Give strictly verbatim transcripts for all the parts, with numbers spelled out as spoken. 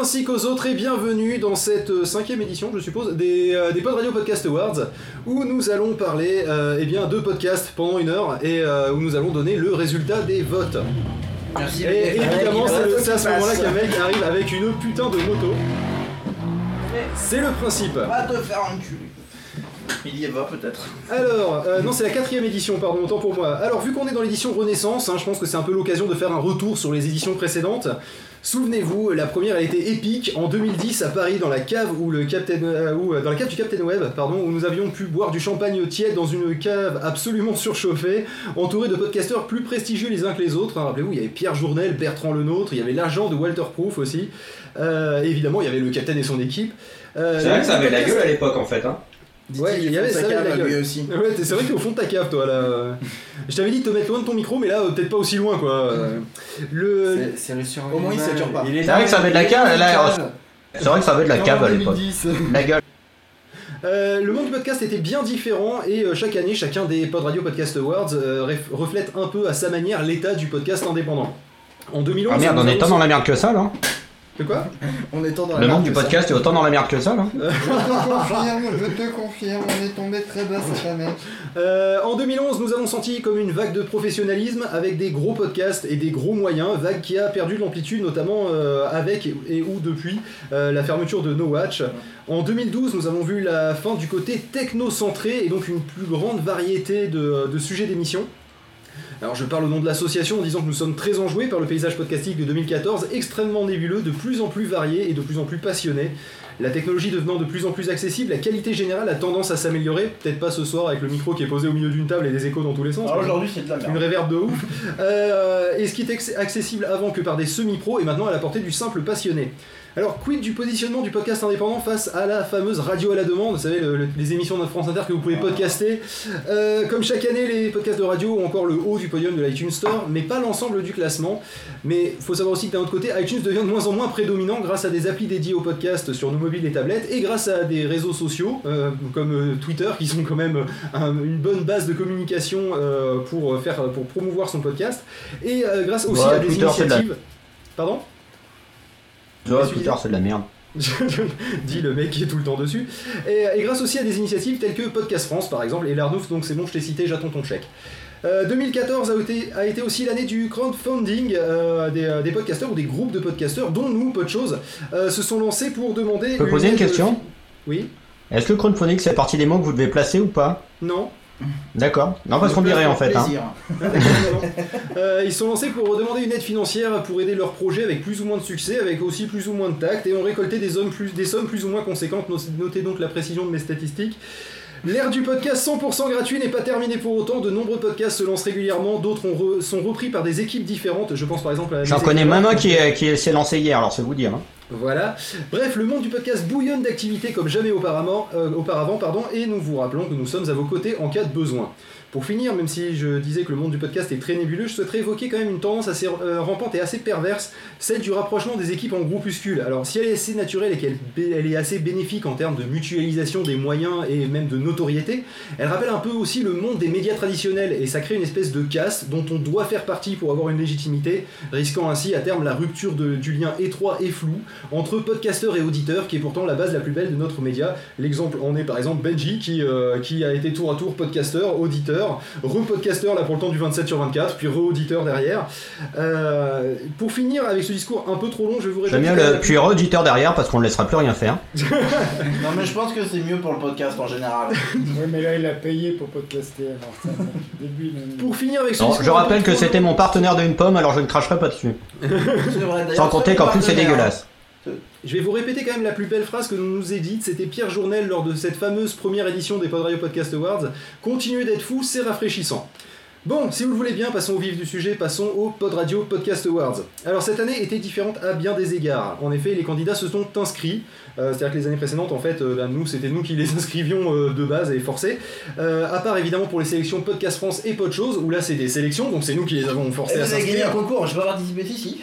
ainsi qu'aux autres et bienvenue dans cette cinquième édition, je suppose, des, euh, des Pod Radio Podcast Awards, où nous allons parler euh, eh bien, de podcasts pendant une heure et euh, où nous allons donner le résultat des votes. Merci. Et évidemment, c'est, c'est à ce moment-là qu'un mec arrive avec une putain de moto. C'est le principe. Va te faire enculer. Il y va peut-être. Alors, euh, non, c'est la quatrième édition, pardon, autant pour moi. Alors, vu qu'on est dans l'édition Renaissance, hein, je pense que c'est un peu l'occasion de faire un retour sur les éditions précédentes. Souvenez-vous, la première elle était épique en deux mille dix à Paris dans la cave où le Captain, euh, où, dans la cave du Captain Web, pardon, où nous avions pu boire du champagne tiède dans une cave absolument surchauffée, entourée de podcasteurs plus prestigieux les uns que les autres. Hein, rappelez-vous, il y avait Pierre Journel, Bertrand Lenôtre, il y avait l'agent de Walter Proof aussi. Euh, et évidemment, il y avait le Captain et son équipe. Euh, c'est vrai que ça avait de la gueule à l'époque en fait. Hein. Ouais, il y avait ça cave, la gueule. lui aussi. Ouais, c'est vrai que t'es au fond de ta cave, toi, là. Je t'avais dit de te mettre loin de ton micro, mais là, peut-être pas aussi loin, quoi. Le... C'est, c'est le survivant. Au moins, il sature pas. C'est vrai que ça avait de la cave, là. C'est vrai que ça avait de la cave à l'époque. La gueule. Euh, le monde du podcast était bien différent et euh, chaque année, chacun des Pod Radio Podcast Awards euh, ref- reflète un peu à sa manière l'état du podcast indépendant. En deux mille onze... Ah merde, on est tant dans la merde que ça, là. De quoi ? On est tant dans la Le merde monde du que ça. podcast est autant dans la merde que ça, là. Je te confirme, je te confirme, on est tombé très bas cette année. Euh, en deux mille onze, nous avons senti comme une vague de professionnalisme avec des gros podcasts et des gros moyens, vague qui a perdu de l'amplitude notamment euh, avec et, et ou depuis euh, la fermeture de No Watch. En deux mille douze, nous avons vu la fin du côté techno-centré et donc une plus grande variété de, de sujets d'émission. Alors je parle au nom de l'association en disant que nous sommes très enjoués par le paysage podcastique de deux mille quatorze, extrêmement nébuleux, de plus en plus varié et de plus en plus passionné. La technologie devenant de plus en plus accessible, la qualité générale a tendance à s'améliorer, peut-être pas ce soir avec le micro qui est posé au milieu d'une table et des échos dans tous les sens. Alors aujourd'hui c'est de la merde. Une réverb de ouf. Euh, et ce qui était accessible avant que par des semi-pros est maintenant à la portée du simple passionné. Alors, quid du positionnement du podcast indépendant face à la fameuse radio à la demande, vous savez, le, le, les émissions de France Inter que vous pouvez podcaster. Euh, comme chaque année, les podcasts de radio ont encore le haut du podium de l'iTunes Store, mais pas l'ensemble du classement. Mais il faut savoir aussi que d'un autre côté, iTunes devient de moins en moins prédominant grâce à des applis dédiées au podcast sur nos mobiles et tablettes, et grâce à des réseaux sociaux, euh, comme euh, Twitter, qui sont quand même un, une bonne base de communication euh, pour, faire, pour promouvoir son podcast, et euh, grâce aussi ouais, à des Twitter, initiatives... La... Pardon ? Ouais, Twitter, c'est de la merde. Dit le mec qui est tout le temps dessus. Et, et grâce aussi à des initiatives telles que Podcast France par exemple, et l'Arnouf, donc c'est bon, je t'ai cité, j'attends ton chèque. Euh, deux mille quatorze a été, a été aussi l'année du crowdfunding euh, des, des podcasteurs ou des groupes de podcasteurs, dont nous, peu de choses, euh, se sont lancés pour demander... Je peux poser une question ? de... Oui. Est-ce que le crowdfunding c'est partie des mots que vous devez placer ou pas ? Non. D'accord. Non, parce qu'on dirait en fait. Hein. euh, ils sont lancés pour demander une aide financière pour aider leur projet avec plus ou moins de succès, avec aussi plus ou moins de tact, et ont récolté des, hommes plus, des sommes plus ou moins conséquentes. Notez donc la précision de mes statistiques. L'ère du podcast cent pour cent gratuit n'est pas terminée pour autant. De nombreux podcasts se lancent régulièrement, d'autres ont re, sont repris par des équipes différentes. Je pense par exemple à... J'en connais même un qui, est, qui s'est lancé hier, alors c'est vous dire. Hein. Voilà. Bref, le monde du podcast bouillonne d'activités comme jamais auparavant, euh, auparavant pardon, et nous vous rappelons que nous sommes à vos côtés en cas de besoin. Pour finir, même si je disais que le monde du podcast est très nébuleux, je souhaiterais évoquer quand même une tendance assez euh, rampante et assez perverse, celle du rapprochement des équipes en groupuscules. Alors si elle est assez naturelle et qu'elle elle est assez bénéfique en termes de mutualisation des moyens et même de notoriété, elle rappelle un peu aussi le monde des médias traditionnels et ça crée une espèce de caste dont on doit faire partie pour avoir une légitimité, risquant ainsi à terme la rupture de, du lien étroit et flou entre podcasteurs et auditeurs, qui est pourtant la base la plus belle de notre média. L'exemple en est par exemple Benji, qui, euh, qui a été tour à tour podcasteur, auditeur, re-podcasteur là pour le temps du vingt-sept sur vingt-quatre, puis re-auditeur derrière. Euh, pour finir avec ce discours un peu trop long, je vais vous répéter... J'aime bien le puis re-auditeur derrière parce qu'on ne laissera plus rien faire. Non mais je pense que c'est mieux pour le podcast en général. Oui mais là il a payé pour podcaster alors ça, début, mais... Pour finir avec ce Non, discours... je rappelle que c'était mon partenaire de une pomme, alors je ne cracherai pas dessus. C'est vrai, Sans compter qu'en plus c'est dégueulasse. Je vais vous répéter quand même la plus belle phrase que nous nous est dite, c'était Pierre Journel lors de cette fameuse première édition des Pod Radio Podcast Awards. Continuez d'être fou, c'est rafraîchissant. Bon, si vous le voulez bien, passons au vif du sujet, passons au Pod Radio Podcast Awards. Alors cette année était différente à bien des égards. En effet, les candidats se sont inscrits, euh, c'est-à-dire que les années précédentes, en fait, euh, ben, nous, c'était nous qui les inscrivions euh, de base et forcés. Euh, à part évidemment pour les sélections Podcast France et Podchose, où là c'est des sélections, donc c'est nous qui les avons forcés à vous avez gagné s'inscrire. un concours, je vais participer ici.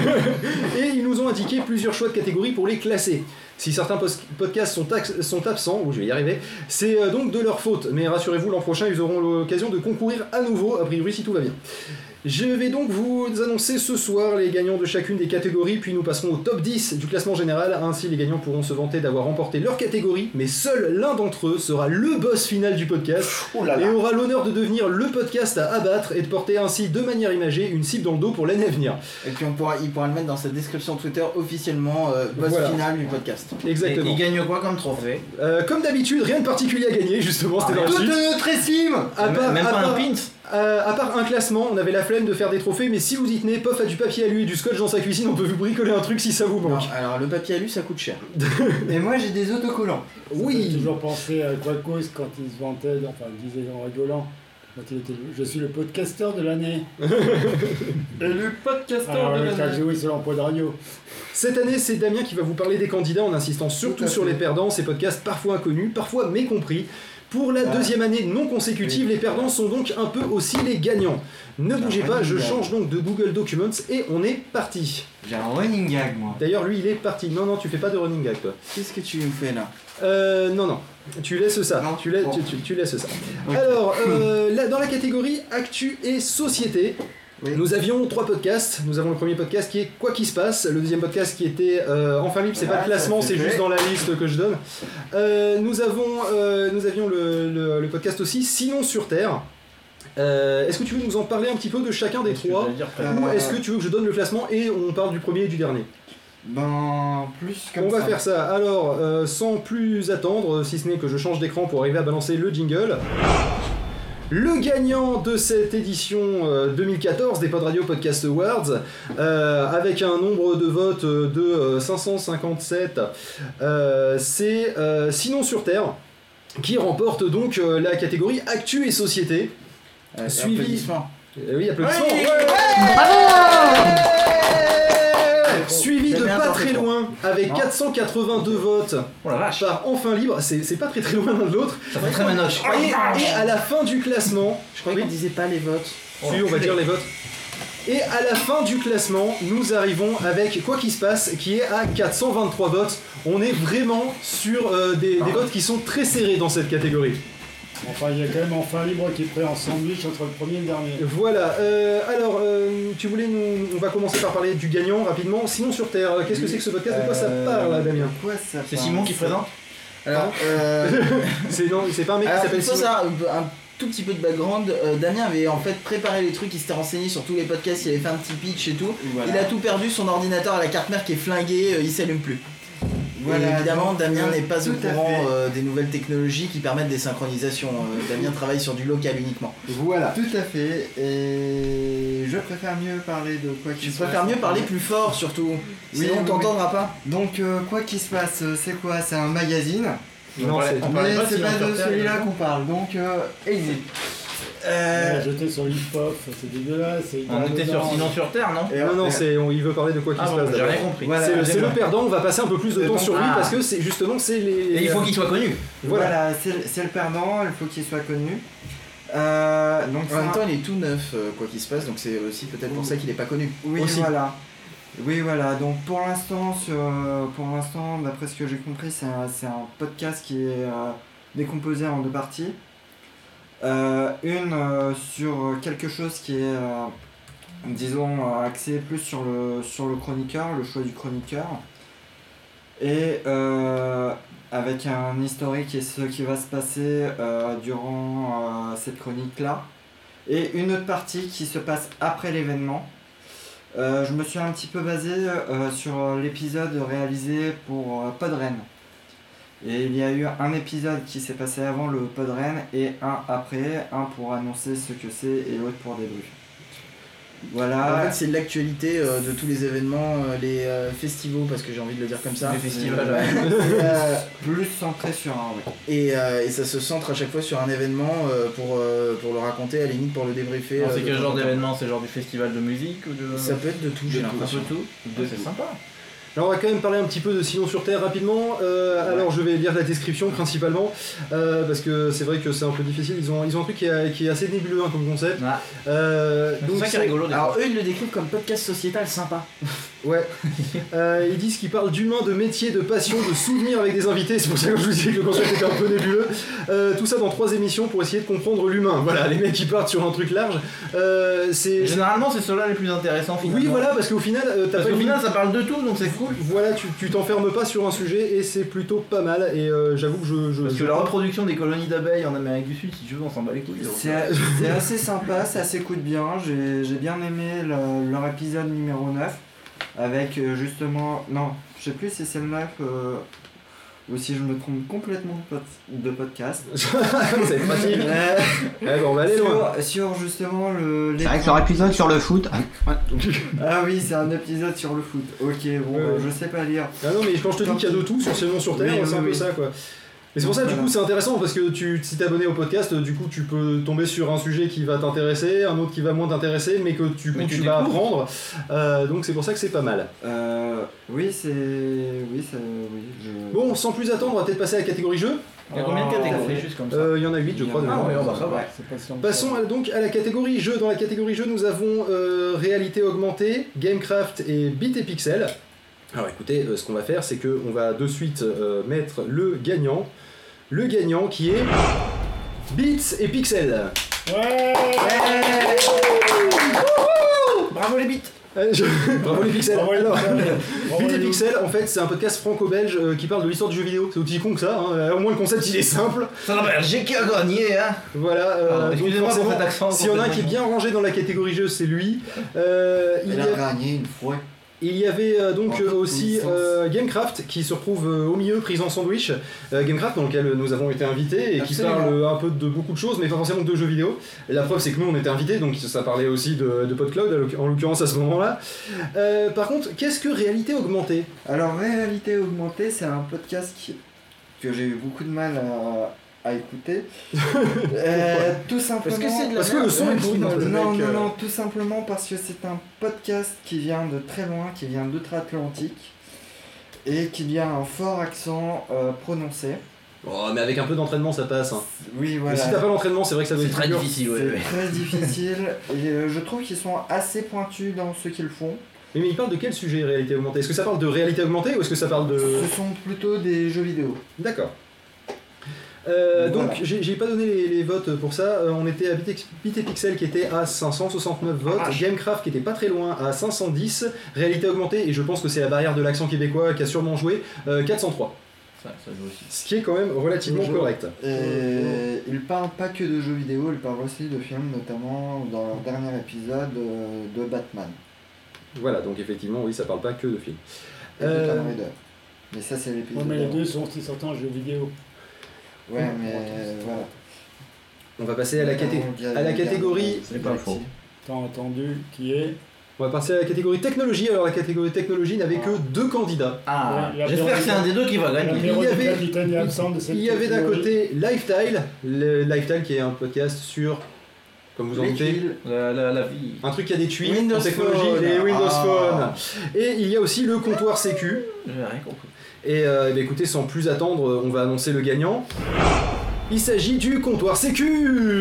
Et ils nous ont indiqué plusieurs choix de catégories pour les classer. Si certains podcasts sont, sont absents, ou je vais y arriver, c'est donc de leur faute. Mais rassurez-vous, l'an prochain, ils auront l'occasion de concourir à nouveau, a priori si tout va bien. Je vais donc vous annoncer ce soir les gagnants de chacune des catégories, puis nous passerons au top dix du classement général. Ainsi, les gagnants pourront se vanter d'avoir remporté leur catégorie, mais seul l'un d'entre eux sera le boss final du podcast Oh là là. et aura l'honneur de devenir le podcast à abattre et de porter ainsi de manière imagée une cible dans le dos pour l'année à venir. Et puis on pourra, il pourra le mettre dans sa description Twitter officiellement, euh, boss Voilà. final du podcast. Exactement. Et il gagne quoi comme trophée? Euh, comme d'habitude, rien de particulier à gagner, justement, c'était dans le Toute sheet. notre estime. À part, Même à pas part- un pint? Euh, à part un classement, on avait la flemme de faire des trophées, mais si vous y tenez, Pof a du papier à lui et du scotch dans sa cuisine, on peut vous bricoler un truc si ça vous Non, manque. alors le papier alu ça coûte cher. Et moi j'ai des autocollants. Ça fait Oui. toujours penser à Quacos quand il se vantait, enfin il disait en rigolant, quand il était, je suis le podcasteur de l'année. Et le podcasteur Alors de le l'année. oui, c'est l'emploi de radio. Cette année, c'est Damien qui va vous parler des candidats en insistant surtout Tout à sur fait. les perdants, ces podcasts parfois inconnus, parfois mécompris. Pour la Ah. deuxième année non consécutive, les perdants sont donc un peu aussi les gagnants. Ne bougez pas, je change donc de Google Documents et on est parti. J'ai un running gag moi. D'ailleurs, lui, il est parti. Non, non, tu fais pas de running gag, toi. Qu'est-ce que tu nous fais là? Euh, non, non. Tu laisses ça. Non. Tu, laisses, Bon. tu, tu- tu laisses ça. Ok. Alors, euh, là, dans la catégorie Actu et Société, Oui. nous avions trois podcasts. Nous avons le premier podcast qui est Quoi qu'il se passe, le deuxième podcast qui était euh, Enfin libre, c'est Ah, pas le classement, ça c'est fait juste fait. dans la liste que je donne. Euh, nous, avons, euh, nous avions le, le- le podcast aussi Sinon sur Terre. Euh, est-ce que tu veux nous en parler un petit peu de chacun des trois ou Euh, est-ce que tu veux que je donne le classement et on parle du premier et du dernier? Ben plus comme On ça. va faire ça. Alors, euh, sans plus attendre, si ce n'est que je change d'écran pour arriver à balancer le jingle. Le gagnant de cette édition euh, deux mille quatorze des Pod Radio Podcast Awards, euh, avec un nombre de votes euh, de euh, cinq cent cinquante-sept, euh, c'est euh, Sinon sur Terre, qui remporte donc euh, la catégorie Actu et Société. Euh, Suivi- applaudissements. Euh, oui, applaudissements. Ouais. Suivi de Damien, pas t'en très fais quoi? loin, avec Non. quatre cent quatre-vingt-deux votes Oh la vache, par Enfin Libre, c'est c'est pas très très loin l'un de l'autre. ça fait très manoche. Et, et à la fin du classement, Je croyais qu'on disait pas les votes. si on va dire les votes. Et à la fin du classement, nous arrivons avec Quoi qu'il se passe, qui est à quatre cent vingt-trois votes. On est vraiment sur euh, des, des votes qui sont très serrés dans cette catégorie. Enfin il y a quand même Enfin Libre qui est prêt en sandwich entre le premier et le dernier. Voilà. euh, alors, euh, tu voulais nous, on va commencer par parler du gagnant rapidement. Sinon sur Terre, qu'est-ce que c'est que ce podcast? De quoi ça parle, Damien? Quoi ça C'est parle Simon qui présente? Alors, euh, C'est non, c'est pas un mec qui alors s'appelle il faut Simon. ça, un, un tout petit peu de background. Euh, Damien avait en fait préparé les trucs, il s'était renseigné sur tous les podcasts, il avait fait un petit pitch et tout. Voilà. Il a tout perdu, son ordinateur à la carte mère qui est flingué, euh, il s'allume plus. Voilà, Et évidemment, donc, Damien euh, n'est pas au tout à courant fait. euh, des nouvelles technologies qui permettent des synchronisations. Euh, Damien travaille sur du local uniquement. Voilà. Tout à fait. Et je préfère mieux parler de quoi Tu qu'il se préfères passe. mieux parler plus fort surtout. Oui, Sinon on oui, t'entendra pas. Donc euh, quoi qu'il se passe, euh, c'est quoi? C'est un magazine. Non, c'est On parlait Mais pas c'est Sinon pas sur de Terre, celui-là évidemment. qu'on parle. Donc euh, exit. Euh, Jeté sur l'hip-hop, c'est dégueulasse. c'est On hyper était sur dedans. Sinon sur Terre, non? Et Non, non, euh, c'est, on- il veut parler de quoi qu'il Ah se bon, passe. j'ai d'abord. rien compris. Voilà. C'est le- c'est le dis-moi. perdant, on va passer un peu plus de Le temps temps- sur lui Ah. parce que c'est justement c'est les. Et il faut qu'il soit connu. Voilà. Voilà, c'est c'est le perdant, il faut qu'il soit connu. Euh, donc En même c'est temps, un- il est tout neuf, euh, quoi qu'il se passe, donc c'est aussi peut-être pour ça qu'il est pas connu. oui, aussi. voilà. Oui, voilà. Donc pour l'instant, sur, euh, pour l'instant, d'après ce que j'ai compris, c'est un, c'est un podcast qui est euh, décomposé en deux parties. Euh, une euh, sur quelque chose qui est, euh, disons, euh, axé plus sur le, sur le chroniqueur, le choix du chroniqueur. Et euh, avec un historique et ce qui va se passer euh, durant euh, cette chronique-là. Et une autre partie qui se passe après l'événement. Euh, je me suis un petit peu basé euh, sur l'épisode réalisé pour euh, Podren. Et il y a eu un épisode qui s'est passé avant le Podren et un après, un pour annoncer ce que c'est et l'autre pour débrief. Voilà. En fait, c'est l'actualité euh, de tous les événements, euh, les euh, festivals, parce que j'ai envie de le dire comme ça. Les festivals, Euh, ouais. c'est, euh, plus centré sur un, ouais. Et, euh, et ça se centre à chaque fois sur un événement euh, pour, euh, pour le raconter, à la limite pour le débriefer. Non, euh, C'est de quel temps genre en temps. d'événement? C'est genre du festival de musique ou de... Ça peut être de tout, j'ai Un l'impression. peu tout. De C'est tout. sympa. Alors on va quand même parler un petit peu de Sinon sur Terre rapidement. Euh, Ouais. Alors je vais lire la description principalement euh, parce que c'est vrai que c'est un peu difficile. Ils ont, ils ont un truc qui est, qui est assez nébuleux hein, comme concept. Ah, Euh, c'est donc ça qui est c'est- rigolo des Alors fois. eux, ils le décrivent comme podcast sociétal sympa. Ouais. Euh, ils disent qu'ils parlent d'humains, de métiers, de passion, de souvenirs avec des invités. C'est pour ça que je vous disais que le concept était un peu nébuleux. Euh, tout ça dans trois émissions pour essayer de comprendre l'humain. Voilà, les mecs qui partent sur un truc large. Euh, c'est... Généralement, c'est ceux-là les plus intéressants finalement. Oui, voilà, parce qu'au final, euh, t'as parce pas qu'au une... final, ça parle de tout, donc c'est cool. Voilà, tu, tu t'enfermes pas sur un sujet et c'est plutôt pas mal. Et euh, j'avoue que je. je Parce je que la crois- reproduction des colonies d'abeilles en Amérique du Sud, si tu veux, on s'en bat les couilles. donc. C'est c'est assez sympa, ça s'écoute bien. J'ai j'ai bien aimé le- leur épisode numéro neuf avec euh, justement. Non, je sais plus si c'est le neuf euh, ou si je me trompe complètement de, pod- de podcast. c'est pratique. Euh, Ouais, bon, on va aller loin. sur, sur justement le. C'est vrai que leur épisode sur le foot. Ah oui, c'est un épisode sur le foot. Ok, bon, Ouais, euh, ouais. je sais pas lire. Ah non, mais quand je te dis qu'il y a de tout sur ce nom sur Terre, Oui, c'est oui, un peu oui. ça quoi. Et c'est pour ça que du coup c'est intéressant parce que tu, si t'es abonné au podcast, du coup tu peux tomber sur un sujet qui va t'intéresser, un autre qui va moins t'intéresser, mais que du coup Mais tu tu vas découvres. apprendre. Euh, donc c'est pour ça que c'est pas mal. Euh, oui, c'est. Oui, c'est. Oui, je. Bon, sans plus attendre, on va peut-être passer à la catégorie jeu. Il y a combien de catégories Oh. juste comme ça Euh, Il y en a huit je crois. de Ah mémoire. ouais, bah, ça va. Ouais. C'est pas si on Passons à- donc à la catégorie jeu. Dans la catégorie jeu, nous avons euh, réalité augmentée, Gamecraft et Bit et Pixel. Alors écoutez, euh, ce qu'on va faire, c'est qu'on va de suite euh, mettre le gagnant. Le gagnant qui est Bits et Pixel. Ouais. Bravo les bites. Euh, je- Bravo les Pixels. Bravo les Alors, Pixels. Bravo Bit et les Pixel, en fait, c'est un podcast franco-belge euh, qui parle de l'histoire du jeu vidéo. C'est aussi con que ça. Hein. Au moins le concept il est simple. Ça va, G qui a gagné, hein. Voilà. euh, Pardon, donc excusez-moi pour forcément, cet accent s'il y en a un qui est bien rangé dans la catégorie jeu, c'est lui. Euh, il Il y a a- gagné une fois. Il y avait euh, donc En euh, toute aussi puissance. euh, Gamecraft qui se retrouve euh, au milieu, prise en sandwich. Euh, Gamecraft dans lequel nous avons été invités et qui Absolument. parle euh, un peu de beaucoup de choses, mais pas forcément que de jeux vidéo. Et la preuve c'est que nous on était invités, donc ça parlait aussi de, de PodCloud à l'oc- en l'occurrence à ce moment-là. Euh, par contre, qu'est-ce que réalité augmentée? Alors, Réalité Augmentée, c'est un podcast qui... que j'ai eu beaucoup de mal à, à écouter. Euh, tout simplement. Parce que c'est de la Parce que le merde. son est pourri dans le Non, mec, non, euh, non, tout simplement parce que c'est un podcast qui vient de très loin, qui vient d'outre-Atlantique et qui vient un fort accent euh, prononcé. Oh, mais avec un peu d'entraînement ça passe. Hein. Oui, Mais voilà. si t'as pas l'entraînement, c'est vrai que ça doit C'est être très dur. difficile, ouais. C'est ouais. très difficile et euh, je trouve qu'ils sont assez pointus dans ce qu'ils font. Mais, mais il parle de quel sujet réalité augmentée? Est-ce que ça parle de réalité augmentée ou est-ce que ça parle de... Ce sont plutôt des jeux vidéo. D'accord. Euh, Voilà. donc j'ai j'ai pas donné les, les votes pour ça. Euh, on était à Bit et- Bit et Pixel qui était à cinq cent soixante-neuf votes, Ah. Gamecraft qui était pas très loin à cinq cent dix, réalité augmentée et je pense que c'est la barrière de l'accent québécois qui a sûrement joué, euh, quatre cent trois. Ça, ça joue aussi. Ce qui est quand même relativement Bonjour. correct. Et ils parlent pas que de jeux vidéo, ils parlent aussi de films, notamment dans leur dernier épisode euh, de Batman Voilà, donc effectivement oui ça parle pas que de films. et de Euh, Tomb Raider. Mais ça c'est Ouais, l'épisode. mais les d'avant. deux sont aussi sortis en jeu vidéo. Ouais, mais voilà. On va passer à la, caté- à la catégorie. C'est pas faux. T'as entendu qui est On va passer à la catégorie technologie. Alors la catégorie technologie n'avait que deux candidats. Ah, Ouais, la j'espère que c'est un des deux qui va gagner. l'apéro Il y du avait- capitaine est absent de cette Il y avait d'un catégorie. côté Lifetile, le Lifetile qui est un podcast sur, comme vous en Les doutez, kills. La, la, la vie. un truc qui a des tuiles Windows en technologie, Phone. les Windows Ah. Phone. Et il y a aussi le comptoir sécu. J'ai rien compris. Et euh, eh bien, écoutez, sans plus attendre, on va annoncer le gagnant. Il s'agit du comptoir sécu.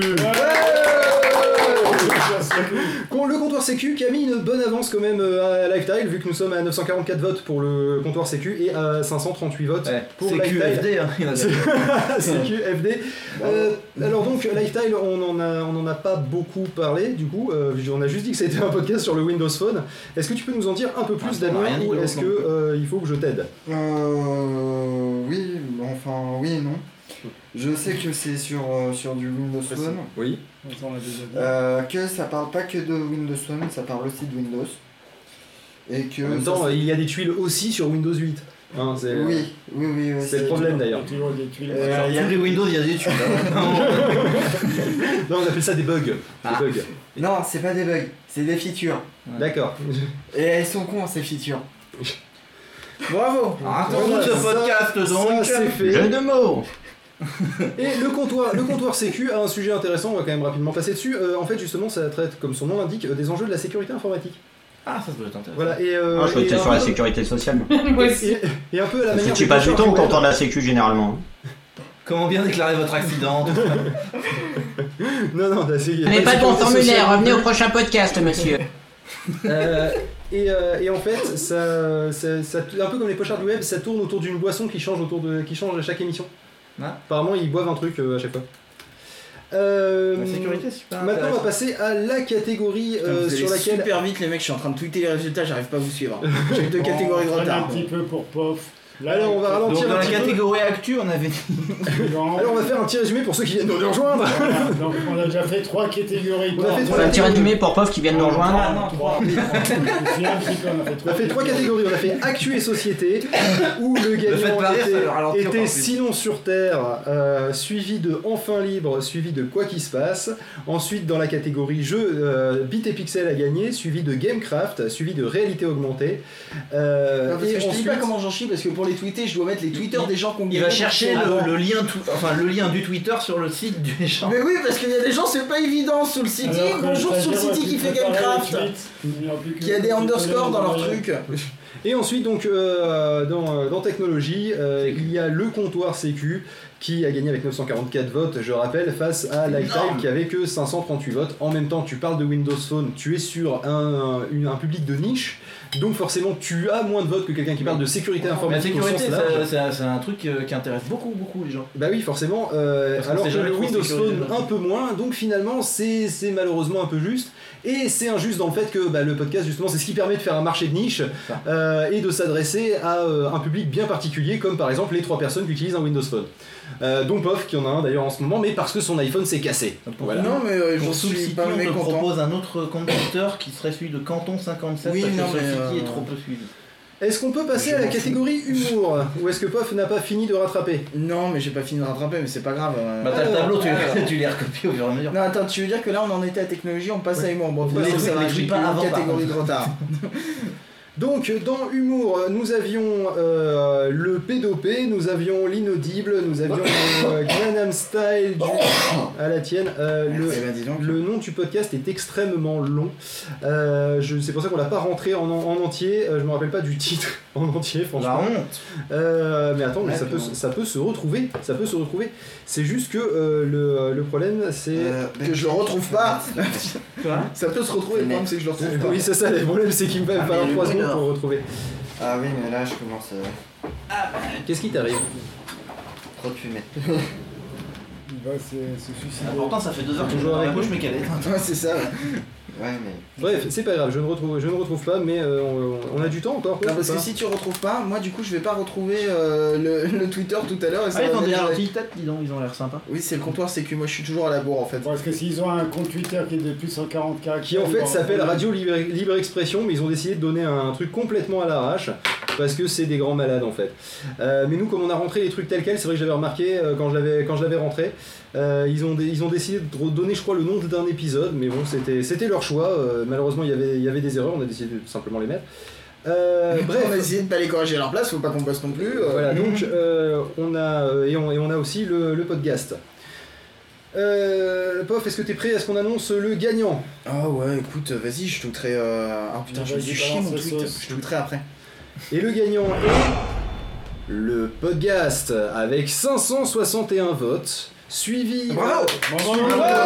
Con- Le comptoir sécu qui a mis une bonne avance quand même euh, à Lifetile, vu que nous sommes à neuf cent quarante-quatre votes pour le comptoir sécu et à cinq cent trente-huit votes Ouais, pour c'est Lifetile. Q F D, hein. il y en a C'est- deux. C Q F D. Euh, alors donc Lifetile, on en a, on en a pas beaucoup parlé du coup. Euh, on a juste dit que c'était un podcast sur le Windows Phone. Est-ce que tu peux nous en dire un peu plus, Ah, on a Damien, rien dit ou de est-ce ouf que non plus. euh, il faut que je t'aide? Euh, oui, enfin oui et non. Je sais que c'est sur, euh, sur du Windows Phone, Oui. On l'a déjà dit. euh, que ça parle pas que de Windows Phone, ça parle aussi de Windows. Et que En même ça, temps, c'est- il y a des tuiles aussi sur Windows huit. Hein, c'est oui, oui, oui, oui, c'est le problème d'ailleurs. Il y a toujours des tuiles. Euh, Sur il y a- tous les Windows, il y a des tuiles. hein. Non, on appelle ça des bugs. Des Ah. bugs. Non, c'est pas des bugs, c'est des features. D'accord. Et elles sont cons ces features. Bravo. Attendons Voilà, ce ça- podcast donc. Ça c'est fait. Jeu de mots. Et le comptoir, le comptoir sécu a un sujet intéressant, on va quand même rapidement passer dessus. Euh, en fait, justement, ça traite, comme son nom l'indique, euh, des enjeux de la sécurité informatique. Ah, ça doit être intéressant. Voilà, et, euh, Ah, je crois que et t'es un sur la peu- sécurité sociale. Moi aussi. et, et un peu à la Parce que manière tu de passes du temps George quand Orwell. on a la sécu généralement. Comment bien déclarer votre accident? Non, non, là, c'est- y a Mais de pas de bon sécurité sociale formulaire, non revenez plus. au prochain podcast, monsieur. euh, et, euh, et en fait, ça, ça, ça, un peu comme les pochards du web, ça tourne autour d'une boisson qui change, autour de, qui change à chaque émission. Ah. Apparemment, ils boivent un truc euh, à chaque fois. Euh, La sécurité, c'est super maintenant, on va passer à la catégorie euh, Putain, sur laquelle. Super vite, les mecs, je suis en train de tweeter les résultats, j'arrive pas à vous suivre. J'ai deux catégories de On retard. un petit peu pour Pof. Là, Alors, on va ralentir Donc, dans un la petit peu. catégorie actu, on avait. Non. Alors, on va faire un petit résumé pour ceux qui viennent de nous rejoindre. Voilà, donc on a déjà fait trois catégories. On a fait On trois fait un petit résumé pour Pof qui viennent de nous rejoindre. Ah, non, trois. Je me souviens un petit peu, on a fait On trois a fait trois catégories, on a fait Actu et Société, où le Le fait gagnant de Paris, ça le ralentit était, encore était plus. Sinon sur Terre, euh, suivi de Enfin Libre, suivi de Quoi qu'il se passe. Ensuite, dans la catégorie Jeux, euh, Bit et Pixel a gagné, suivi de Gamecraft, suivi de Réalité Augmentée. Euh, Non, parce et que je te dis ensuite, pas comment j'en chie, parce que pour les tweeter, je dois mettre les tweeters des gens qu'on Il va chercher Ah, le, le lien tout, enfin le lien du Twitter sur le site du échange. Mais oui, parce qu'il y a des gens, c'est pas évident sur le site. Alors que Bonjour le sur le stagiaire site qui a fait pu préparer Gamecraft, les tweets. Il n'y a plus que- qui a des underscores dans leur truc. Et ensuite, donc, euh, dans, dans Technologie, euh, il y a le comptoir Sécu qui a gagné avec neuf cent quarante-quatre votes, je rappelle, face à Lifetime qui avait que cinq cent trente-huit votes. En même temps, tu parles de Windows Phone, tu es sur un, un, un public de niche, donc forcément tu as moins de votes que quelqu'un qui parle de sécurité La informatique au sécurité, sens large. ça- ça- c'est un truc euh, qui intéresse beaucoup, beaucoup les gens. Bah oui, forcément, euh, Parce qu'on alors sait que jamais le trop Windows sécuriser Phone le- un peu moins, donc finalement c'est c'est malheureusement un peu juste. Et c'est injuste dans le fait que bah, le podcast, justement, c'est ce qui permet de faire un marché de niche Ça. euh, et de s'adresser à euh, un public bien particulier, comme par exemple les trois personnes qui utilisent un Windows Phone. Euh, dont Pof, qui en a un d'ailleurs en ce moment, mais parce que son iPhone s'est cassé. Voilà. Non, mais euh, j'en Pour suis substituer, pas on te mécontent. propose un autre compte Twitter qui serait celui de Canton cinquante-sept Oui, parce non, que mais, celui-ci euh, est trop peu suivi. Est-ce qu'on peut passer Je à la m'en fous. catégorie humour, ou est-ce que Pof n'a pas fini de rattraper? Non, mais j'ai pas fini de rattraper, mais c'est pas grave. euh. Bah t'as le alors, tableau, tu, alors. tu les recopies au fur et à mesure. Non, attends, tu veux dire que là on en était à technologie, on passe à humour. Bon, Les ça, trucs- ça va, les j'ai trucs eu pas une avant, par catégorie de retard. Donc, dans Humour, nous avions euh, le P D O P, nous avions l'inaudible, nous avions euh, Gangnam Style du... à la tienne. Euh, le, Eh ben, dis donc. le nom du podcast est extrêmement long. Euh, je- c'est pour ça qu'on l'a pas rentré en, en entier. Euh, je me rappelle pas du titre en entier, La franchement. honte. Euh, mais attends, mais Ouais, ça, peut, puis bon. ça peut se retrouver. Ça peut se retrouver. C'est juste que euh, le, le problème, c'est... Euh, Que je le retrouve pas. Quoi Ça peut se retrouver, le problème c'est que je le retrouve pas. Oui, c'est ça, le problème, c'est qu'il me va me Ah, falloir mais trois le secondes bonheur. pour le retrouver. Ah oui, mais là je commence à... Qu'est-ce qui t'arrive? Trop de fumée. Il va se, se suicider. Pourtant ça fait deux heures que je Toujours joue dans la avec gauche nous. mais qu'elle est éteinte. Ouais, c'est ça. Ouais. Ouais, mais... Bref, c'est pas grave, je ne retrouve, je ne retrouve pas, mais euh, on, on a du temps encore. Non, parce ou que pas si tu retrouves pas, moi du coup je vais pas retrouver euh, le, le Twitter tout à l'heure et ça Ah ils va ont des m'énerver. gentilles têtes, dis donc, ils ont l'air sympas. Oui, c'est le comptoir, c'est que moi je suis toujours à la bourre en fait. Parce que s'ils ont un compte Twitter qui est de plus de cent quarante caractères. Qui en ils fait vont s'appelle retrouver- Radio Libre, Libre Expression, mais ils ont décidé de donner un truc complètement à l'arrache, parce que c'est des grands malades en fait. Euh, mais nous, comme on a rentré les trucs tels quels, c'est vrai que j'avais remarqué euh, quand je l'avais quand je l'avais rentré, euh, ils, ont dé- ils ont décidé de donner, je crois, le nom d'un épisode, mais bon, c'était c'était leur choix. Euh, malheureusement, il y avait il y avait des erreurs, on a décidé de simplement les mettre. Euh, Bref, on a bref. essayé de pas les corriger à leur place, faut pas qu'on bosse non plus. euh. Voilà, donc euh, on a euh, et, on, et on a aussi le, le podcast. Euh, Pof, est-ce que t'es prêt à ce qu'on annonce le gagnant? Ah ouais, écoute, vas-y, je tweeterai. Euh... Ah putain, je me Vas-y, suis chié balance mon la tweet, sauce. je tweeterai après. Et le gagnant est le podcast avec cinq cent soixante et un votes, suivi Bravo. Bravo.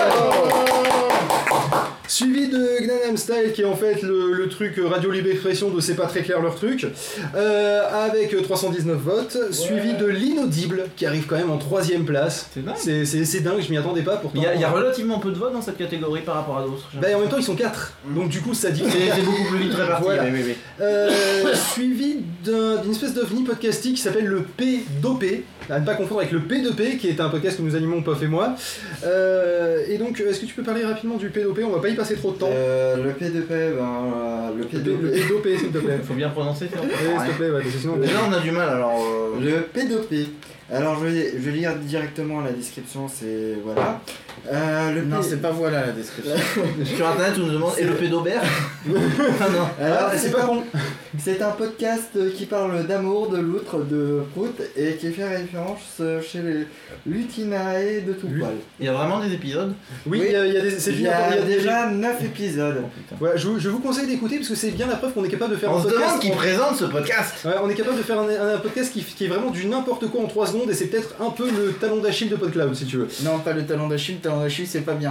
suivi de Gangnam Style qui est en fait le, le truc Radio Libre Expression de c'est pas très clair leur truc, euh, avec trois cent dix-neuf votes, suivi de l'inaudible qui arrive quand même en troisième place. C'est dingue. C'est c'est- c'est dingue, je m'y attendais pas pourtant. Il y, a, il y a relativement peu de votes dans cette catégorie par rapport à d'autres. Bah, et en même temps ils sont quatre, donc du coup ça dit. C'est c'est beaucoup plus vite réparti. Voilà. oui, oui, oui. Euh, suivi d'un- d'une espèce d'ovni podcastique qui s'appelle le P D O P, à ne pas confondre avec le P deux P qui est un podcast que nous animons Pof et moi. Euh, et donc est-ce que tu peux parler rapidement du P D O P? On va pas y passer trop de temps. Euh, le P deux P, ben... euh, le P Le deux P- le P... P D O P s'il te plaît. Faut bien prononcer. Faire. Oui, s'il te plaît, ouais, parce que sinon. Déjà on a du mal alors. euh, Le P deux P. Alors je vais, je vais lire directement la description, c'est... Voilà. Euh, le Non, P... c'est pas voilà la description. Sur internet on nous demande et le pédobert. Ah non. Alors, Ah, c'est pas con. C'est un podcast qui parle d'amour, de loutre, de prout et qui fait référence chez les Lutinae de tout Lu- poil. Il y a vraiment des épisodes. Oui, Oui. il y a, il y a des. C'est Il y bien. a il y a des- déjà neuf épisodes. Oh, putain. Ouais, je, vous- je vous conseille d'écouter parce que c'est bien la preuve qu'on est capable de faire On un se podcast. demande qui en- présente ce podcast. Ouais, on est capable de faire un, un- un podcast qui, qui est vraiment du n'importe quoi en trois secondes et c'est peut-être un peu le talon d'Achille de PodCloud si tu veux. Non, pas le talon d'Achille, le talon d'Achille c'est pas bien.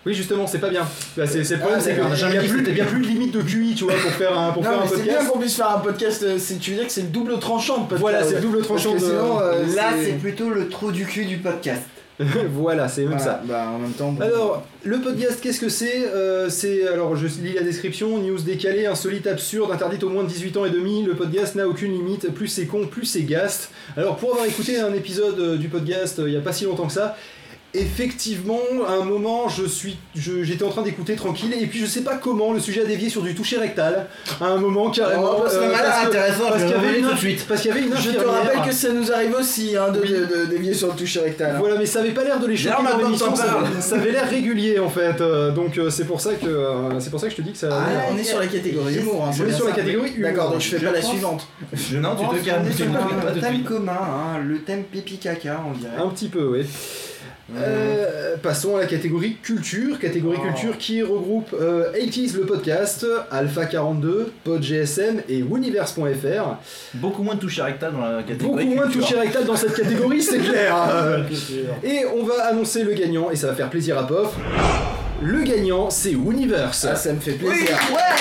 Oui, justement, c'est pas bien. Bah, c'est, c'est le problème, Ah, c'est qu'il d'accord. n'y a, plus- y a plus de limite de Q I, tu vois, pour faire un, pour Non, faire mais un c'est podcast. bien qu'on puisse faire un podcast. euh, C'est, tu veux dire que c'est le double tranchant de podcast. Voilà, c'est le double Parce tranchant que de. sinon, euh, Là, c'est plutôt le trou du cul du podcast. Voilà, c'est même Voilà, ça. Bah, en même temps. Bon. Alors, le podcast, qu'est-ce que c'est Euh, C'est, alors je lis la description, news décalée, insolite, absurde, interdite aux moins de dix-huit ans et demi, le podcast n'a aucune limite, plus c'est con, plus c'est gaste. Alors, pour avoir écouté un épisode euh, du podcast euh, il n'y a pas si longtemps que ça, effectivement, à un moment, je suis, je- j'étais en train d'écouter tranquille, et puis je sais pas comment, le sujet a dévié sur du toucher rectal, à un moment, carrément. Oh, parce que euh, malin, que- intéressant, parce je qu'il y vais avait revenir une tout de inf- suite. Parce qu'il y avait une Je te infirmière. rappelle que ça nous arrive aussi hein, de, Oui. de, de dévier sur le toucher rectal. hein. Voilà, mais ça avait pas l'air de les choquer D'ailleurs, dans maintenant l'émission, que t'en ça, parles. ça avait l'air régulier en fait, euh, donc euh, c'est pour ça que euh, c'est pour ça que je te dis que ça. Ah, on est sur la catégorie humour. Hein, On c'est est bien sur la ça. catégorie humour. D'accord, donc je fais Je pas la pense- suivante. Non, Je pense tu te calmes, qu'on est tu sur ne fais pas un de thème suite. commun, hein, le thème pipi caca, on dirait. Un petit peu, oui. Euh, passons à la catégorie culture, catégorie Oh. culture qui regroupe euh, eighties le podcast, Alpha quarante-deux, PodGSM et Wuniverse point F R. Beaucoup moins de toucher rectal dans la Beaucoup catégorie. moins de culture. toucher rectal dans cette catégorie, c'est clair. Euh, Culture. Et on va annoncer le gagnant et ça va faire plaisir à Pof. Le gagnant, c'est Wuniverse. Ah, ça me fait plaisir.